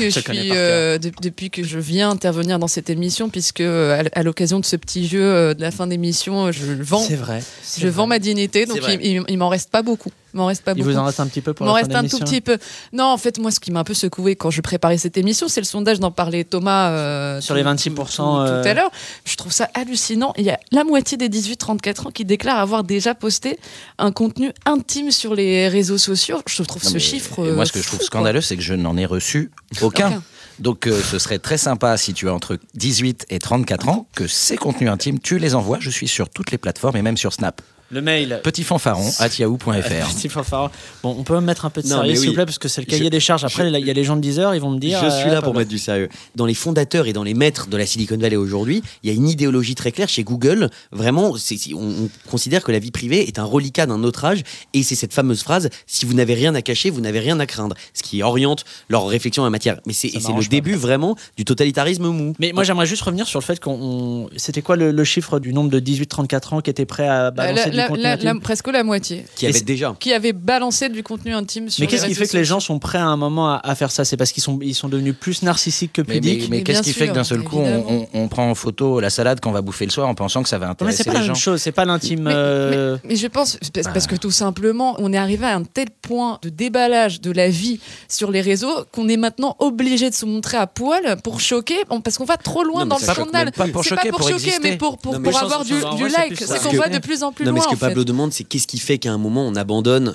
depuis que je viens intervenir dans cette émission, puisque à l'occasion de ce petit jeu de la fin d'émission, je vends ma dignité, donc il m'en reste pas beaucoup. Il vous en reste un petit peu pour la fin d'émission? Il m'en reste un tout petit peu. Non, en fait, moi, ce qui m'a un peu secoué quand je préparais cette émission, c'est le sondage dont parlait Thomas sur les 26% tout à l'heure. Je trouve ça hallucinant. Il y a la moitié des 18-34 ans qui déclarent avoir déjà posté un contenu intime sur les réseaux sociaux. Je trouve ce chiffre moi, ce que je trouve scandaleux, c'est que je n'en ai reçu aucun. Donc ce serait très sympa si tu as entre 18 et 34 ans que ces contenus intimes, tu les envoies. Je suis sur toutes les plateformes et même sur Snap. Le mail petitfanfaron@yahoo.fr. Petit fanfaron. Bon, on peut me mettre un peu de sérieux, s'il vous plaît, parce que c'est le cahier des charges. Après, il y a les gens de Deezer, ils vont me dire. Je suis là pour mettre du sérieux. Dans les fondateurs et dans les maîtres de la Silicon Valley aujourd'hui, il y a une idéologie très claire chez Google. Vraiment, on considère que la vie privée est un reliquat d'un autre âge, et c'est cette fameuse phrase si vous n'avez rien à cacher, vous n'avez rien à craindre. Ce qui oriente leur réflexion en matière. Mais c'est le début vraiment du totalitarisme mou. Mais moi, j'aimerais juste revenir sur le fait c'était quoi le chiffre du nombre de 18-34 ans qui étaient prêts à balancer du contenu intime? Presque la moitié. Qui avait balancé du contenu intime sur Mais les qu'est-ce qui fait réseaux que les gens sont prêts à un moment à faire ça? C'est parce qu'ils sont devenus plus narcissiques que pudiques? Mais qu'est-ce qui fait que d'un seul coup, on prend en photo la salade qu'on va bouffer le soir en pensant que ça va intéresser les gens? Mais c'est pas la même chose, c'est pas l'intime. Mais je pense, parce que tout simplement, on est arrivé à un tel point de déballage de la vie sur les réseaux qu'on est maintenant obligé de se montrer à poil pour choquer, parce qu'on va trop loin dans le scandale. Pas pour choquer, mais pour avoir du like. C'est qu'on va de plus en plus loin. Mais ce que Pablo demande, c'est qu'est-ce qui fait qu'à un moment on abandonne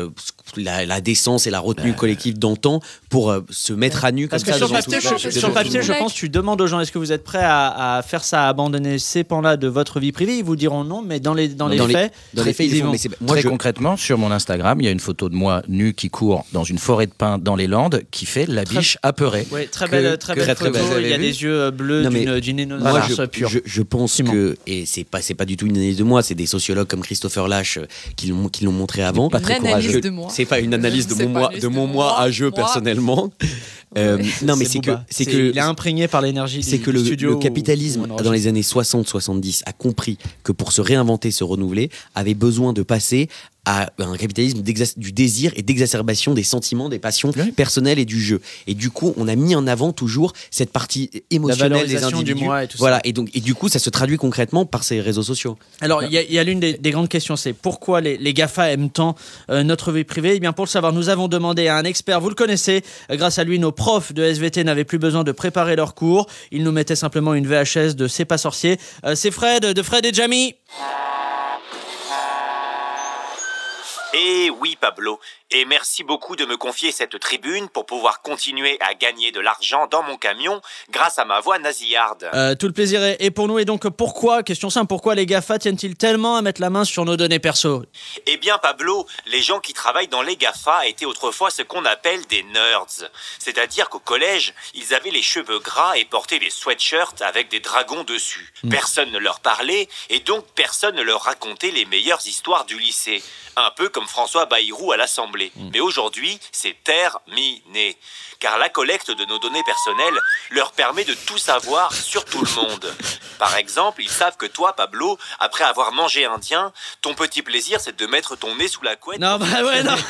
la décence et la retenue collective d'antan pour se mettre à nu comme ça. Sur le papier, je pense, tu demandes aux gens, est-ce que vous êtes prêts à faire ça, à abandonner ces pans-là de votre vie privée? Ils vous diront non, mais dans les faits, ils vont. Très concrètement, sur mon Instagram, il y a une photo de moi nu qui court dans une forêt de pins dans les Landes, qui fait la biche apeurée. Oui, très belle photo. Il y a des yeux bleus d'une innocence pure. Je pense que, et c'est pas du tout une analyse de moi, c'est des sociologues comme Christopher Lash qui l'ont montré avant. Pas très courageux. C'est pas une analyse de mon moi à jeu personnellement. Non, mais c'est que il est imprégné par l'énergie. C'est que le capitalisme dans les années 60-70 a compris que pour se réinventer, se renouveler, avait besoin de passer à un capitalisme du désir et d'exacerbation des sentiments, des passions personnelles et du jeu. Et du coup, on a mis en avant toujours cette partie émotionnelle des individus. Du moi et tout voilà. ça. Et du coup, ça se traduit concrètement par ces réseaux sociaux. Alors, il y a l'une des grandes questions, c'est pourquoi les GAFA aiment tant notre vie privée. Eh bien, pour le savoir, nous avons demandé à un expert, vous le connaissez, grâce à lui, nos profs de SVT n'avaient plus besoin de préparer leurs cours. Ils nous mettaient simplement une VHS de C'est pas sorcier. C'est Fred, de Fred et Jamie. Eh oui, Pablo, et merci beaucoup de me confier cette tribune pour pouvoir continuer à gagner de l'argent dans mon camion grâce à ma voix nasillarde. Tout le plaisir est pour nous. Et donc, pourquoi, question simple, pourquoi les GAFA tiennent-ils tellement à mettre la main sur nos données perso ? Eh bien, Pablo, les gens qui travaillent dans les GAFA étaient autrefois ce qu'on appelle des nerds. C'est-à-dire qu'au collège, ils avaient les cheveux gras et portaient des sweatshirts avec des dragons dessus. Personne ne leur parlait et donc personne ne leur racontait les meilleures histoires du lycée. Un peu comme François Bayrou à l'Assemblée. Mais aujourd'hui, c'est terminé. Car la collecte de nos données personnelles leur permet de tout savoir sur tout le monde. Par exemple, ils savent que toi, Pablo, après avoir mangé indien, ton petit plaisir, c'est de mettre ton nez sous la couette. Non, bah ouais, non.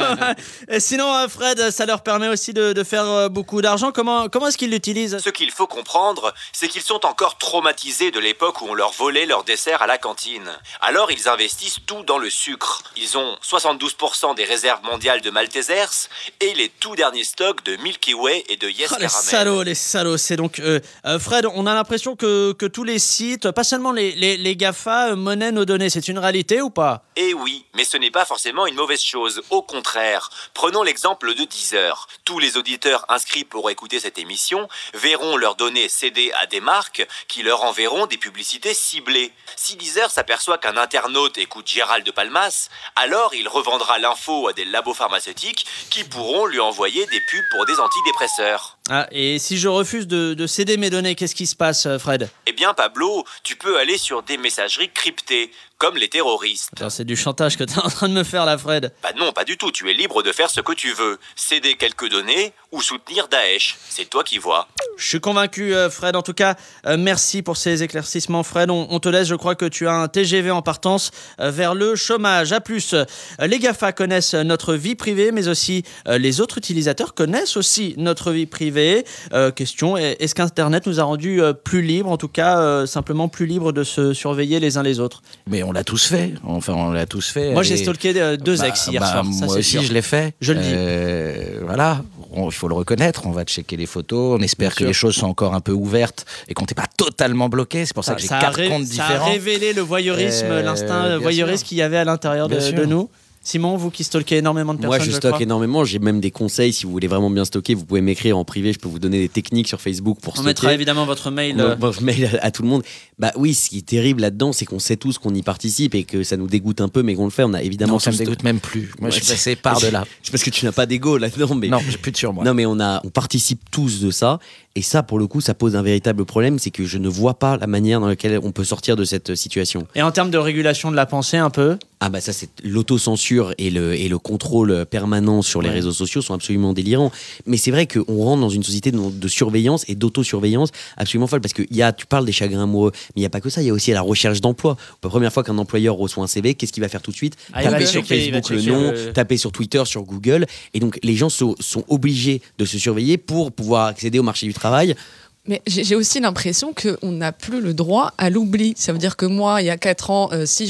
Et sinon, Fred, ça leur permet aussi de faire beaucoup d'argent. Comment est-ce qu'ils l'utilisent ? Ce qu'il faut comprendre, c'est qu'ils sont encore traumatisés de l'époque où on leur volait leur dessert à la cantine. Alors, ils investissent tout dans le sucre. Ils ont 72% des réserves mondiales de Maltesers et les tout derniers stocks de Milky Way et de Yes Caramel. Les salauds. C'est donc Fred, on a l'impression que tous les sites, pas seulement les GAFA, monnaient nos données. C'est une réalité ou pas ? Eh oui, mais ce n'est pas forcément une mauvaise chose. Au contraire, prenons l'exemple de Deezer. Tous les auditeurs inscrits pour écouter cette émission verront leurs données cédées à des marques qui leur enverront des publicités ciblées. Si Deezer s'aperçoit qu'un internaute écoute Gérald de Palmas, alors il revendra l'info à des labos pharmaceutiques qui pourront lui envoyer des pubs pour des antidépresseurs. Ah, et si je refuse de céder mes données, qu'est-ce qui se passe, Fred ? Eh bien, Pablo, tu peux aller sur des messageries cryptées, comme les terroristes. Attends, c'est du chantage que t'es en train de me faire là, Fred. Bah non, pas du tout, tu es libre de faire ce que tu veux. Céder quelques données ou soutenir Daesh, c'est toi qui vois. Je suis convaincu, Fred. En tout cas, merci pour ces éclaircissements, Fred. On te laisse, je crois que tu as un TGV en partance vers le chômage. À plus. Les GAFA connaissent notre vie privée, mais aussi les autres utilisateurs connaissent aussi notre vie privée. Question, est-ce qu'Internet nous a rendus plus libres, en tout cas simplement plus libres de se surveiller les uns les autres ? Mais on l'a tous fait. Enfin, on l'a tous fait. Moi, j'ai stalké deux ex hier soir. Ça, moi c'est aussi, sûr. je l'ai fait. Je le dis. Voilà, il faut le reconnaître. On va checker les photos. On espère que les choses sont encore un peu ouvertes et qu'on n'est pas totalement bloqué. C'est pour ça que j'ai 4 comptes différents. Ça a révélé le voyeurisme, l'instinct voyeuriste qu'il y avait à l'intérieur de nous. Simon, vous qui stockez énormément de personnes, moi je stocke énormément, j'ai même des conseils. Si vous voulez vraiment bien stocker, vous pouvez m'écrire en privé, je peux vous donner des techniques sur Facebook pour stocker. On mettra évidemment votre mail votre mail à tout le monde. Bah oui, ce qui est terrible là-dedans, c'est qu'on sait tous qu'on y participe et que ça nous dégoûte un peu, mais qu'on le fait. On a évidemment. Non, ça me dégoûte même plus. Moi, je suis passé par de là. C'est parce que tu n'as pas d'ego là-dedans, mais non, j'ai plus de sur moi. Non, mais on participe tous de ça, et ça, pour le coup, ça pose un véritable problème, c'est que je ne vois pas la manière dans laquelle on peut sortir de cette situation. Et en termes de régulation de la pensée, un peu. Ah bah ça, c'est l'autocensure et le contrôle permanent sur les réseaux sociaux sont absolument délirants. Mais c'est vrai qu'on rentre dans une société de surveillance et d'autosurveillance absolument folle, parce que tu parles des chagrins amoureux, mais il n'y a pas que ça, il y a aussi la recherche d'emploi. La première fois qu'un employeur reçoit un CV, qu'est-ce qu'il va faire tout de suite ? Taper sur Facebook le nom, taper sur Twitter, sur Google, et donc les gens sont obligés de se surveiller pour pouvoir accéder au marché du travail. Mais j'ai aussi l'impression qu'on n'a plus le droit à l'oubli. Ça veut dire que moi, il y a 4 ans, si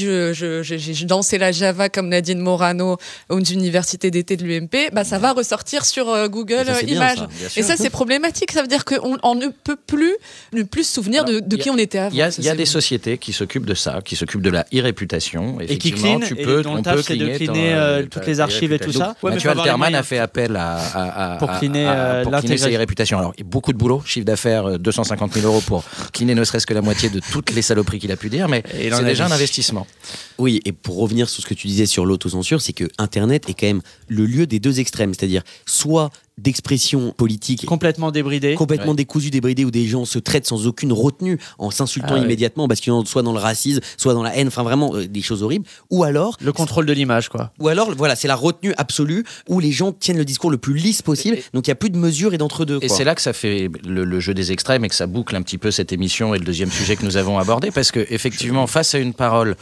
je dansais la Java comme Nadine Morano aux universités d'été de l'UMP, bah, ça va ressortir sur Google Images. Et ça, c'est problématique. Ça veut dire qu'on ne peut plus se souvenir de qui on était avant. Il y a des sociétés qui s'occupent de ça, qui s'occupent de la e-réputation. Et qui clean, on peut cleaner toutes les archives et tout ça. Mathieu Alterman a fait appel pour cleaner sa e-réputation. Alors, il y a beaucoup de boulot, chiffre d'affaires 250 000 € pour cleaner ne serait-ce que la moitié de toutes les saloperies qu'il a pu dire, mais c'est déjà un investissement. Oui, et pour revenir sur ce que tu disais sur l'autocensure, c'est que Internet est quand même le lieu des deux extrêmes, c'est-à-dire soit d'expression politique complètement débridée, complètement décousue, débridée, où des gens se traitent sans aucune retenue, en s'insultant immédiatement, basculant soit dans le racisme, soit dans la haine, enfin vraiment des choses horribles, ou alors le contrôle de l'image, quoi. Ou alors voilà, c'est la retenue absolue où les gens tiennent le discours le plus lisse possible, donc il y a plus de mesure et d'entre-deux. Et c'est là que ça fait le jeu des extrêmes et que ça boucle un petit peu cette émission et le deuxième sujet que nous avons abordé, parce que effectivement, face à une parole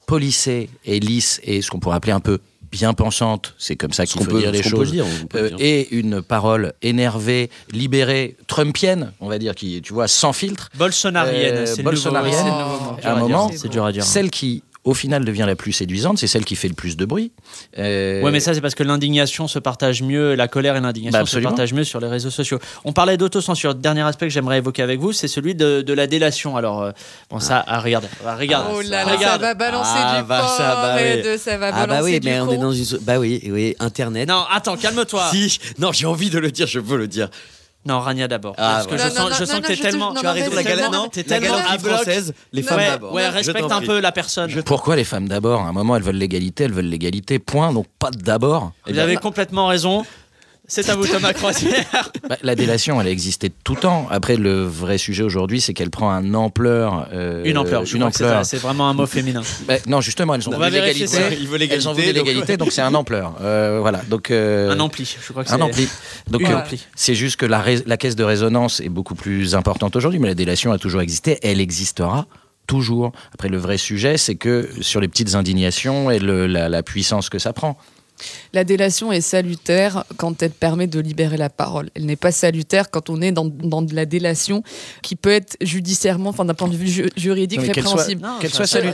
policée et lisse et ce qu'on pourrait appeler un peu bien pensante, c'est comme ça qu'il faut dire les choses, et une parole énervée, libérée, trumpienne, on va dire, qui, tu vois, sans filtre. Bolsonarienne, c'est le nouveau mot. À un moment, c'est dur à dire. Celle qui, au final, devient la plus séduisante, c'est celle qui fait le plus de bruit. Ouais, mais ça, c'est parce que l'indignation se partage mieux, la colère et l'indignation se partagent mieux sur les réseaux sociaux. On parlait d'autocensure. Dernier aspect que j'aimerais évoquer avec vous, c'est celui de la délation. Alors, ça, regarde. Oh là là, ça va balancer du porc, ça va balancer du mais con. on est dans une... Bah oui, Internet. Non, attends, calme-toi. Si, non, j'ai envie de le dire, je peux le dire. Non, Rania d'abord. Parce que je sens que t'es tellement... Tu as raison, la galerie française, les femmes d'abord. Ouais, respecte un peu la personne. Pourquoi les femmes d'abord ? À un moment, elles veulent l'égalité, point, donc pas de d'abord. Vous avez complètement raison. C'est à vous, Thomas Croisière. La délation, elle a existé tout le temps. Après, le vrai sujet aujourd'hui, c'est qu'elle prend une ampleur. Une ampleur. C'est vraiment un mot féminin. Non, justement, elles ont voulu l'égalité. Elles ont voulu l'égalité, donc c'est un ampleur. Voilà. Donc, un ampli. Je crois que c'est un ampli. Donc, ampli. C'est juste que la caisse de résonance est beaucoup plus importante aujourd'hui, mais la délation a toujours existé. Elle existera toujours. Après, le vrai sujet, c'est que sur les petites indignations et la puissance que ça prend. La délation est salutaire quand elle permet de libérer la parole. Elle n'est pas salutaire quand on est dans de la délation qui peut être judiciairement, d'un point de vue juridique, répréhensible. Qu'elle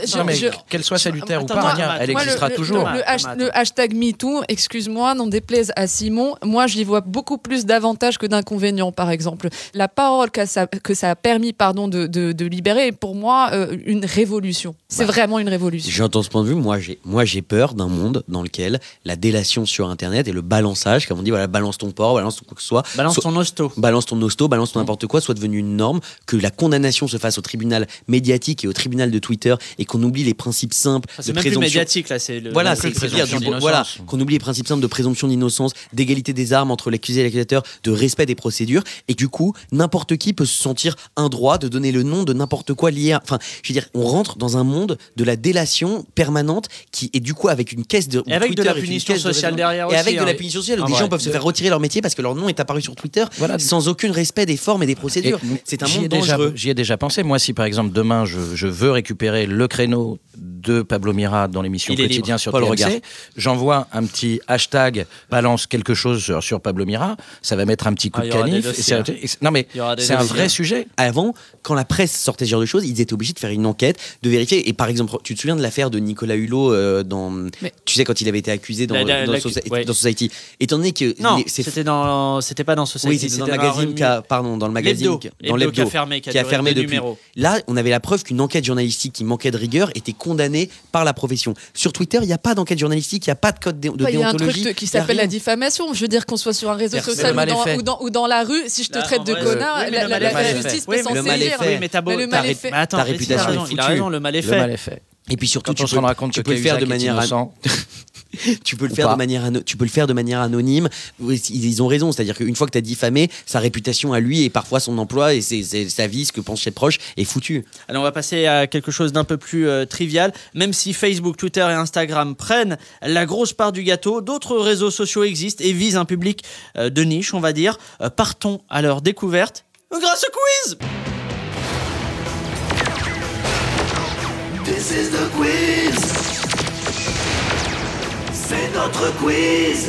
soit salutaire ou pas, elle existera toujours. Le hashtag MeToo, excuse-moi, n'en déplaise à Simon, moi j'y vois beaucoup plus d'avantages que d'inconvénients, par exemple. La parole que ça a permis de libérer est pour moi une révolution. C'est vraiment une révolution. J'entends ce point de vue. Moi, j'ai peur d'un monde dans lequel la délation sur Internet et le balançage, comme on dit, voilà, balance ton porc, balance ton quoi que ce soit. Balance ton hosto, balance ton n'importe quoi, soit devenu une norme, que la condamnation se fasse au tribunal médiatique et au tribunal de Twitter et qu'on oublie les principes simples de présomption. C'est même plus médiatique, là, c'est le... Voilà, qu'on oublie les principes simples de présomption d'innocence, d'égalité des armes entre l'accusé et l'accusateur, de respect des procédures, et du coup, n'importe qui peut se sentir un droit de donner le nom de n'importe quoi lié à... Enfin, je veux dire, on rentre dans un monde de la délation permanente qui est du coup avec une caisse de... Et avec Twitter, de la punition sociale derrière aussi. Et avec de la punition sociale, où des gens peuvent se faire retirer leur métier parce que leur nom est apparu sur Twitter sans aucun respect des formes et des procédures. C'est un monde dangereux. J'y ai déjà pensé. Moi, si par exemple demain je veux récupérer le créneau de Pablo Mira dans l'émission Quotidien sur TMC, j'envoie un petit hashtag balance quelque chose sur Pablo Mira, ça va mettre un petit coup de canif. Non mais c'est un vrai sujet. Avant, quand la presse sortait ce genre de choses, ils étaient obligés de faire une enquête, de vérifier. Et par exemple, tu te souviens de l'affaire de Nicolas Hulot tu sais, quand il avait été accusé dans Society. Étant donné que c'était pas dans Society. Oui, c'était dans le magazine dans le magazine dans l'hebdo qui a fermé depuis. Là, on avait la preuve qu'une enquête journalistique qui manquait de rigueur était condamnée par la profession. Sur Twitter, il n'y a pas d'enquête journalistique, il n'y a pas de code de déontologie. Il y a un truc qui s'appelle la diffamation. Je veux dire qu'on soit sur un réseau social ou dans la rue, si je te traite de connard, la justice peut s'en saisir. Oui, mais t'as beau... Ta réputation est foutue. Il a raison, le mal est fait. Et puis surtout, tu te rendras compte que tu peux le faire de manière tu peux le faire de manière anonyme. Ils ont raison, c'est-à-dire qu'une fois que tu as diffamé, sa réputation à lui et parfois son emploi et sa vie, ce que pensent ses proches, est foutu. Alors on va passer à quelque chose d'un peu plus trivial. Même si Facebook, Twitter et Instagram prennent la grosse part du gâteau, d'autres réseaux sociaux existent et visent un public de niche, on va dire. Partons à leur découverte grâce au quiz. This is the quiz. C'est notre quiz.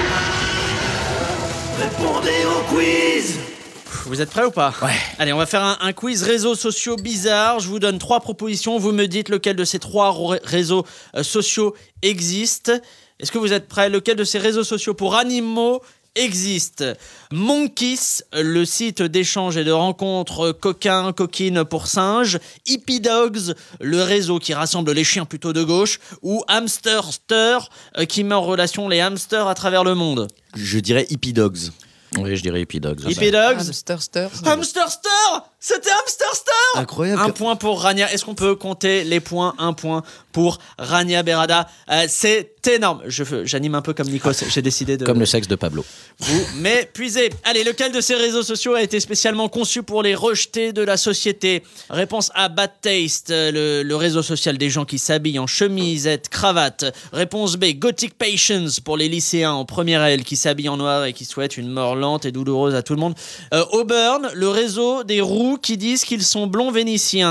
Répondez au quiz. Vous êtes prêts ou pas ? Ouais. Allez, on va faire un quiz réseaux sociaux bizarres. Je vous donne 3 propositions. Vous me dites lequel de ces 3 réseaux sociaux existe. Est-ce que vous êtes prêts ? Lequel de ces réseaux sociaux pour animaux existe? Monkeys, le site d'échange et de rencontres coquines pour singes. Hippie Dogs, le réseau qui rassemble les chiens plutôt de gauche. Ou Hamsterster, qui met en relation les hamsters à travers le monde. Je dirais Hippie Dogs. Oui, je dirais Hippie Dogs. Hippie Dogs. Hamsterster. C'était Hamsterster. Incroyable. 1 point pour Rania. Est-ce qu'on peut compter les points? 1 point pour Rania Berada. C'est énorme. J'anime un peu comme Nikos. J'ai décidé de... Comme le sexe de Pablo. Vous m'épuisez. Allez, lequel de ces réseaux sociaux a été spécialement conçu pour les rejetés de la société? Réponse A, Bad Taste, le réseau social des gens qui s'habillent en chemisette, cravate. Réponse B, Gothic Patience, pour les lycéens en première L qui s'habillent en noir et qui souhaitent une mort lente et douloureuse à tout le monde. Auburn, le réseau des roux qui disent qu'ils sont blonds vénitiens.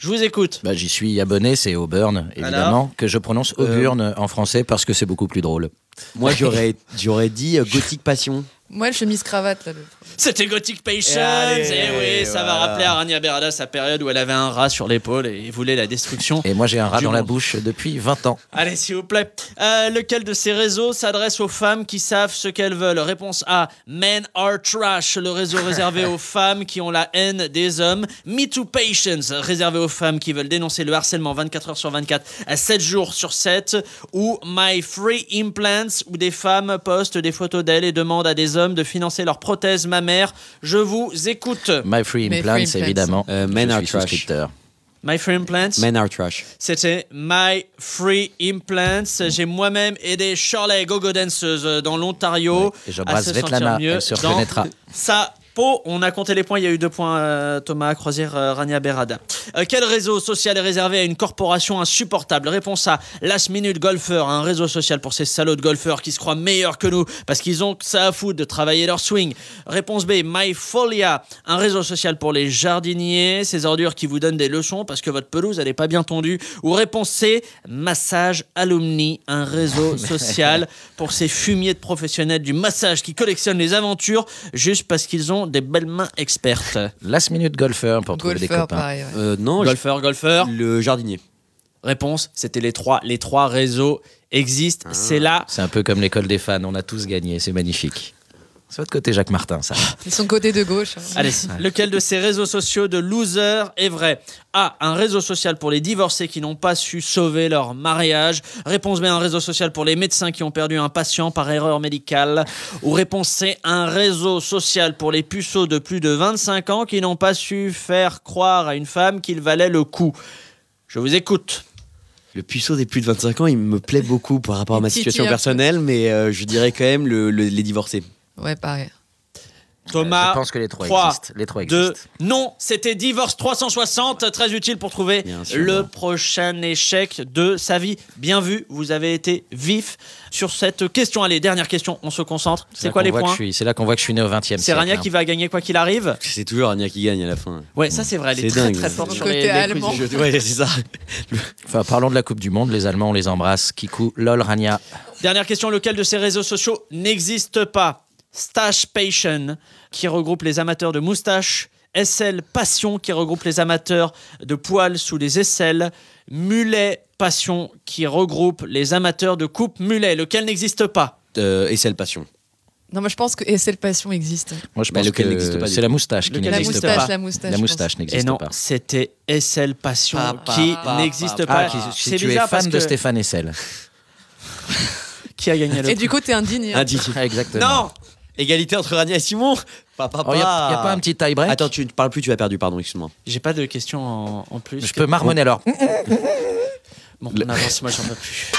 Je vous écoute. J'y suis abonné, c'est Auburn, évidemment, que je prononce Auburn en français parce que c'est beaucoup plus drôle. Moi, j'aurais dit Gothic Passion. Moi, le chemise-cravate, là. C'était Gothic Patience. Allez, ça va voilà. rappeler à Rania Berada sa période où elle avait un rat sur l'épaule et voulait la destruction. Et moi, j'ai un rat du dans la monde. bouche depuis 20 ans. Allez, s'il vous plaît. Lequel de ces réseaux s'adresse aux femmes qui savent ce qu'elles veulent? Réponse A, Men Are Trash, le réseau réservé aux femmes qui ont la haine des hommes. Me Too Patience, réservé aux femmes qui veulent dénoncer le harcèlement 24 heures sur 24, à 7 jours sur 7. Ou My Free Implants, où des femmes postent des photos d'elles et demandent à des hommes de financer leurs prothèses mammaires. Je vous écoute. My Free Implants, évidemment. Men Je Are suis Trash. souscripteur. My Free Implants. Men Are Trash. C'était My Free Implants. J'ai moi-même aidé Shirley, gogo danseuse dans l'Ontario, Et à j'embrasse se Svetlana, sentir mieux elle se dans reconnaîtra. sa peau. On a compté les points, il y a eu 2 points, Thomas Croisière, Rania Berada. Quel réseau social est réservé à une corporation insupportable? Réponse A, Last Minute Golfer, un réseau social pour ces salauds de golfeurs qui se croient meilleurs que nous parce qu'ils ont que ça à foutre de travailler leur swing. Réponse B, MyFolia, un réseau social pour les jardiniers, ces ordures qui vous donnent des leçons parce que votre pelouse elle est pas bien tondue. Ou réponse C, Massage Alumni, un réseau social pour ces fumiers de professionnels du massage qui collectionnent les aventures juste parce qu'ils ont des belles mains expertes. Last Minute Golfer pour trouver des Golfeur, copains. pareil. Ouais. Non, Golfeur. le jardinier. Réponse, c'était les trois. Les 3 réseaux existent. C'est là. C'est un peu comme l'école des fans, on a tous gagné, c'est magnifique. C'est votre côté Jacques Martin, ça. Ils sont côté de gauche. Hein. Allez, lequel de ces réseaux sociaux de loser est vrai? A, un réseau social pour les divorcés qui n'ont pas su sauver leur mariage. Réponse B, un réseau social pour les médecins qui ont perdu un patient par erreur médicale. Ou réponse C, un réseau social pour les puceaux de plus de 25 ans qui n'ont pas su faire croire à une femme qu'il valait le coup. Je vous écoute. Le puceau des plus de 25 ans, il me plaît beaucoup par rapport à ma situation titille un peu. personnelle, mais je dirais quand même les divorcés. Ouais, pareil. Thomas, Je pense que les 3 3, existent. Les 3 2, existent. non, c'était Divorce 360, très utile pour trouver Bien sûr. le prochain échec de sa vie. Bien vu, vous avez été vif sur cette question. Allez, dernière question, on se concentre. C'est là quoi qu'on les voit que points? C'est là qu'on voit que je suis né au 20e siècle. C'est Rania hein. qui va gagner quoi qu'il arrive. C'est toujours Anya qui gagne à la fin. Ouais, ça c'est vrai, elle est C'est très dingue. très forte Son sur côté les allemand. quiz. Ouais, c'est ça. Enfin, parlons de la Coupe du Monde, les Allemands, on les embrasse. Kikou, lol, Rania. Dernière question, lequel de ces réseaux sociaux n'existe pas? Stash Passion, qui regroupe les amateurs de moustaches. SL Passion, qui regroupe les amateurs de poils sous les aisselles. Mulet Passion, qui regroupe les amateurs de coupe mulet. Lequel n'existe pas? Et c'est le passion. Non, moi je pense que SL Passion existe. Moi, je Bah, pense lequel que n'existe pas, c'est la moustache qui Lequel La n'existe n'existe pas. pas. la moustache. La je moustache Et n'existe non, pas. c'était SL Passion Pa, qui pa, n'existe pa, pas. pa. Si C'est tu es bizarre parce fan de que- Stéphane Hessel. Qui a gagné le pense. Et du coup, t'es indigne. Ah, dis. Exactement. Non. Égalité entre Rania et Simon. Il n'y a pas un petit tie-break? Attends, tu ne parles plus, tu as perdu, pardon, excuse-moi. J'ai pas de questions en plus. Je peux marmonner alors. Bon, on avance, moi j'en peux plus.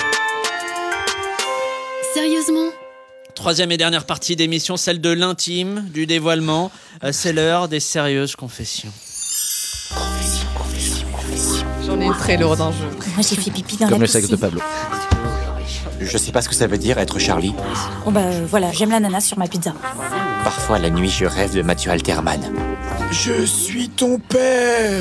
Sérieusement? 3e et dernière partie d'émission, celle de l'intime, du dévoilement. C'est l'heure des sérieuses confessions. J'en ai une très lourde en jeu. Moi, j'ai fait pipi dans Comme la le sexe de piscine. Pablo. Je sais pas ce que ça veut dire être Charlie. Bon bah voilà, j'aime l'ananas sur ma pizza. Parfois la nuit je rêve de Mathieu Alterman. Je suis ton père.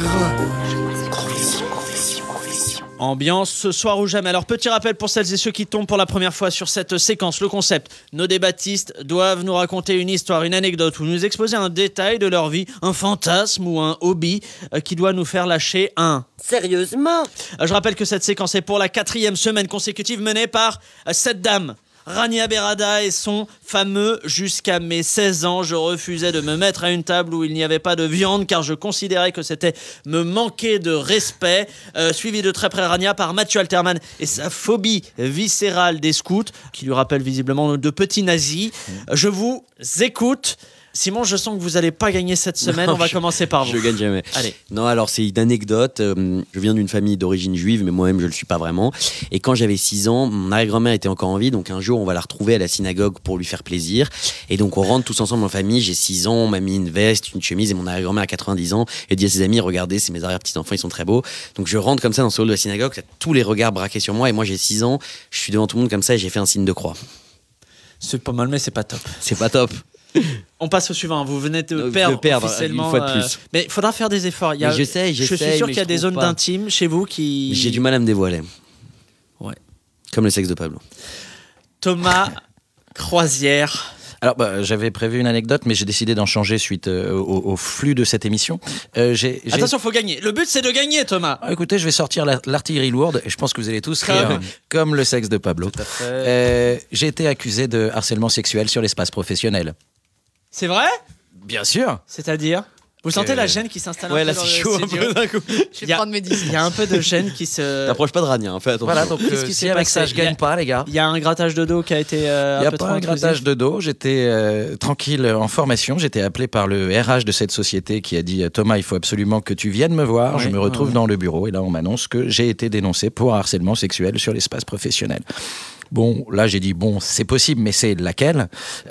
Ambiance ce soir ou jamais. Alors petit rappel pour celles et ceux qui tombent pour la première fois sur cette séquence. Le concept, nos débattistes doivent nous raconter une histoire, une anecdote ou nous exposer un détail de leur vie, un fantasme ou un hobby qui doit nous faire lâcher un. Sérieusement? Je rappelle que cette séquence est pour la 4e semaine consécutive menée par cette dame. Rania Berada et son fameux « Jusqu'à mes 16 ans, je refusais de me mettre à une table où il n'y avait pas de viande car je considérais que c'était me manquer de respect », suivi de très près Rania par Mathieu Alterman et sa phobie viscérale des scouts, qui lui rappelle visiblement de petits nazis. Je vous écoute. Simon, je sens que vous n'allez pas gagner cette semaine. Non, On va commencer par vous. Je gagne jamais. Allez. Non, alors c'est une anecdote. Je viens d'une famille d'origine juive, mais moi-même je le suis pas vraiment. Et quand j'avais 6 ans, mon arrière-grand-mère était encore en vie, donc un jour on va la retrouver à la synagogue pour lui faire plaisir. Et donc on rentre tous ensemble en famille. J'ai 6 ans, on m'a mis une veste, une chemise, et mon arrière-grand-mère a 90 ans et dit à ses amis, regardez, c'est mes arrière-petits-enfants, ils sont très beaux. Donc je rentre comme ça dans ce hall de la synagogue, t'as tous les regards braqués sur moi, et moi j'ai 6 ans, je suis devant tout le monde comme ça et j'ai fait un signe de croix. C'est pas mal, mais c'est pas top. C'est pas top. On passe au suivant. Vous venez de perdre officiellement. une fois de plus. Mais il faudra faire des efforts. Mais j'essaie, je suis sûr qu'il y a des zones d'intime chez vous qui. J'ai du mal à me dévoiler. Ouais. Comme le sexe de Pablo. Thomas Croisière. Alors, j'avais prévu une anecdote, mais j'ai décidé d'en changer suite au flux de cette émission. Attention, faut gagner. Le but, c'est de gagner, Thomas. Écoutez, je vais sortir l'artillerie lourde, et je pense que vous allez tous rire, comme le sexe de Pablo. J'ai été accusé de harcèlement sexuel sur l'espace professionnel. C'est vrai ? Bien sûr. C'est-à-dire ? Vous sentez la gêne qui s'installe ouais, un peu là, dans c'est le chaud studio. un peu d'un coup. Je vais prendre mes disques. Il y a un peu de gêne qui se... T'approches pas de Rania, fais attention. Voilà, donc Qu'est-ce qui si s'est avec passé ça je gagne pas, les gars. Il y a un grattage de dos qui a été Il n'y a peu pas trop un grattage de dos. J'étais tranquille en formation. J'étais appelé par le RH de cette société qui a dit Thomas, il faut absolument que tu viennes me voir. Ouais, je me retrouve dans le bureau et là, on m'annonce que j'ai été dénoncé pour harcèlement sexuel sur l'espace professionnel. Bon, là, j'ai dit, c'est possible, mais c'est laquelle ?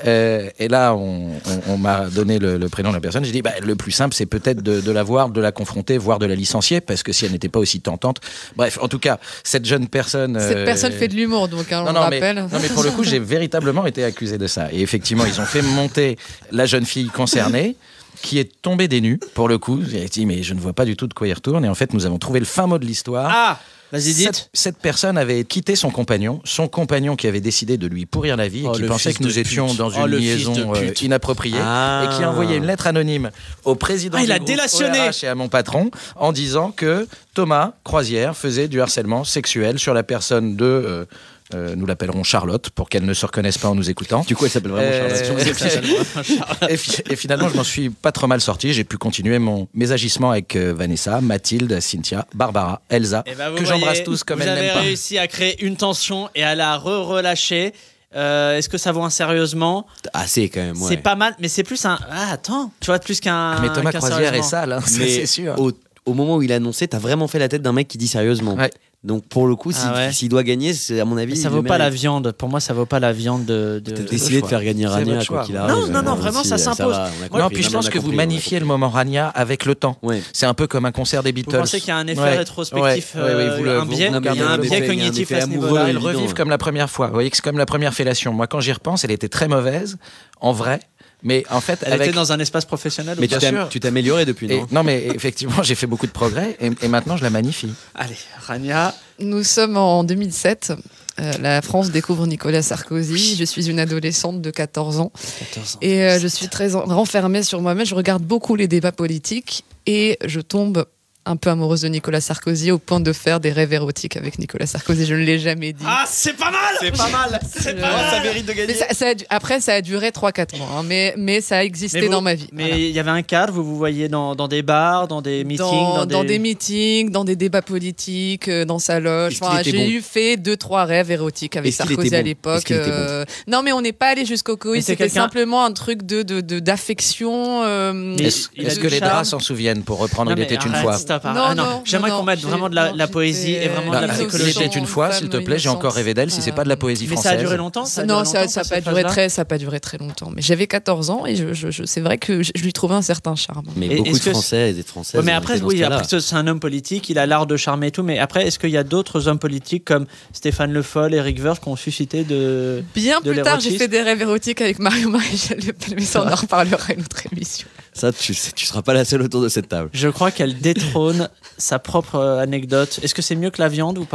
Et là, on m'a donné le prénom de la personne. J'ai dit, le plus simple, c'est peut-être de la voir, de la confronter, voire de la licencier, parce que si elle n'était pas aussi tentante. Bref, en tout cas, cette jeune personne... Cette personne fait de l'humour, donc on le rappelle. Mais pour le coup, j'ai véritablement été accusé de ça. Et effectivement, ils ont fait monter la jeune fille concernée, qui est tombée des nues, pour le coup. J'ai dit, mais je ne vois pas du tout de quoi il retourne. Et en fait, nous avons trouvé le fin mot de l'histoire. Ah, vas-y, dites. Cette personne avait quitté son compagnon qui avait décidé de lui pourrir la vie et qui pensait que nous étions dans une liaison inappropriée et qui a envoyé une lettre anonyme au président du groupe ORH et à mon patron en disant que Thomas Croisière faisait du harcèlement sexuel sur la personne de... nous l'appellerons Charlotte pour qu'elle ne se reconnaisse pas en nous écoutant. Du coup, elle s'appelle vraiment Charlotte. Et finalement, je m'en suis pas trop mal sorti. J'ai pu continuer mes agissements avec Vanessa, Mathilde, Cynthia, Barbara, Elsa, que j'embrasse tous comme elles n'aiment pas. Vous avez réussi à créer une tension et à la relâcher. Est-ce que ça vaut un sérieusement ? Assez quand même, ouais. C'est pas mal, mais c'est plus un... Ah, attends, tu vois, plus qu'un... Mais Thomas Croisière est sale, hein, c'est sûr. Au moment où il a annoncé, t'as vraiment fait la tête d'un mec qui dit sérieusement. Ouais. Donc pour le coup, s'il doit gagner, c'est à mon avis. Mais ça vaut pas la viande. Pour moi, ça vaut pas la viande de. T'as décidé de faire gagner Rania quoi qu'il arrive. Non, vraiment, ça s'impose. Non, puis je pense que vous magnifiez le moment Rania avec le temps. Ouais. C'est un peu comme un concert des Beatles. Vous pensez qu'il y a un effet rétrospectif, un biais, il y a un biais cognitif à ce niveau-là. Ils revivent comme la première fois. Vous voyez que c'est comme la première fellation. Moi, quand j'y repense, elle était très mauvaise, en vrai. Mais en fait, elle était dans un espace professionnel. Mais tu t'es amélioré depuis, non ? Non, mais effectivement, j'ai fait beaucoup de progrès et maintenant je la magnifie. Allez, Rania. Nous sommes en 2007. La France découvre Nicolas Sarkozy. Je suis une adolescente de 14 ans. Et je suis très renfermée sur moi-même. Je regarde beaucoup les débats politiques et je tombe un peu amoureuse de Nicolas Sarkozy au point de faire des rêves érotiques avec Nicolas Sarkozy. Je ne l'ai jamais dit. Ah, c'est pas mal. C'est pas mal. Ça mérite de gagner. Mais après, ça a duré 3-4 mois. Hein, mais ça a existé dans ma vie. Mais il y avait un cadre, vous voyez dans des bars, dans des meetings dans des meetings, dans des débats politiques, dans sa loge. Enfin, j'ai fait 2-3 rêves érotiques avec Sarkozy à l'époque. Non, mais on n'est pas allé jusqu'au coït. C'était simplement un truc d'affection. Est-ce que les draps s'en souviennent pour reprendre Il était une fois? Non, j'aimerais qu'on mette vraiment de la poésie et vraiment de la psychologie. Il était une fois, s'il te plaît, j'ai encore rêvé d'elle, si c'est pas de la poésie française. Mais ça a duré longtemps ? Non, ça n'a pas duré très longtemps. Mais j'avais 14 ans et c'est vrai que je lui trouvais un certain charme. Mais beaucoup de Français et des Françaises. Mais après, c'est un homme politique, il a l'art de charmer et tout. Mais après, est-ce qu'il y a d'autres hommes politiques comme Stéphane Le Foll, Éric Woerth qui ont suscité de Bien plus tard, j'ai fait des rêves érotiques avec Mario Maréchal Le Pen, mais ça, on en reparlera une autre émission. Ça, tu seras pas la seule autour de cette table. Je crois qu'elle détrône sa propre anecdote. Est-ce que c'est mieux que la viande ou pas ?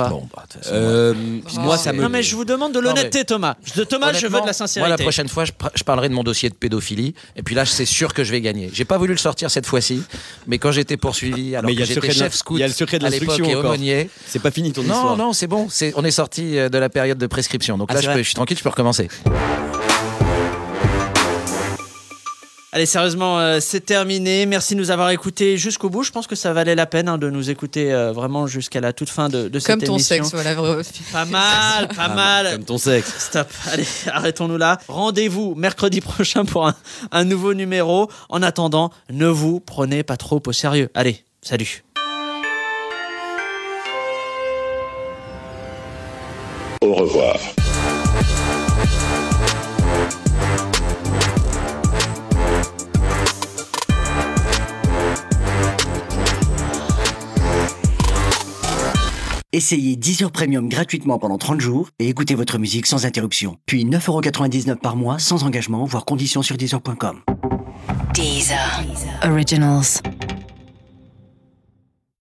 Moi, ça me... Non, mais je vous demande de l'honnêteté, Thomas. Thomas, je veux de la sincérité. Moi, la prochaine fois, je parlerai de mon dossier de pédophilie. Et puis là, c'est sûr que je vais gagner. J'ai pas voulu le sortir cette fois-ci, mais quand j'étais poursuivi, alors que j'étais chef scout, il y a le secret de l'instruction et aumônier. C'est pas fini ton histoire. Non, c'est bon. On est sorti de la période de prescription. Donc là, je suis tranquille, je peux recommencer. Allez, sérieusement, c'est terminé. Merci de nous avoir écoutés jusqu'au bout. Je pense que ça valait la peine de nous écouter vraiment jusqu'à la toute fin de cette émission. Comme ton sexe, voilà. Pas mal. Comme ton sexe. Stop. Allez, arrêtons-nous là. Rendez-vous mercredi prochain pour un nouveau numéro. En attendant, ne vous prenez pas trop au sérieux. Allez, salut. Au revoir. Essayez Deezer Premium gratuitement pendant 30 jours et écoutez votre musique sans interruption. Puis 9,99€ par mois sans engagement, voire conditions sur Deezer.com. Deezer Originals.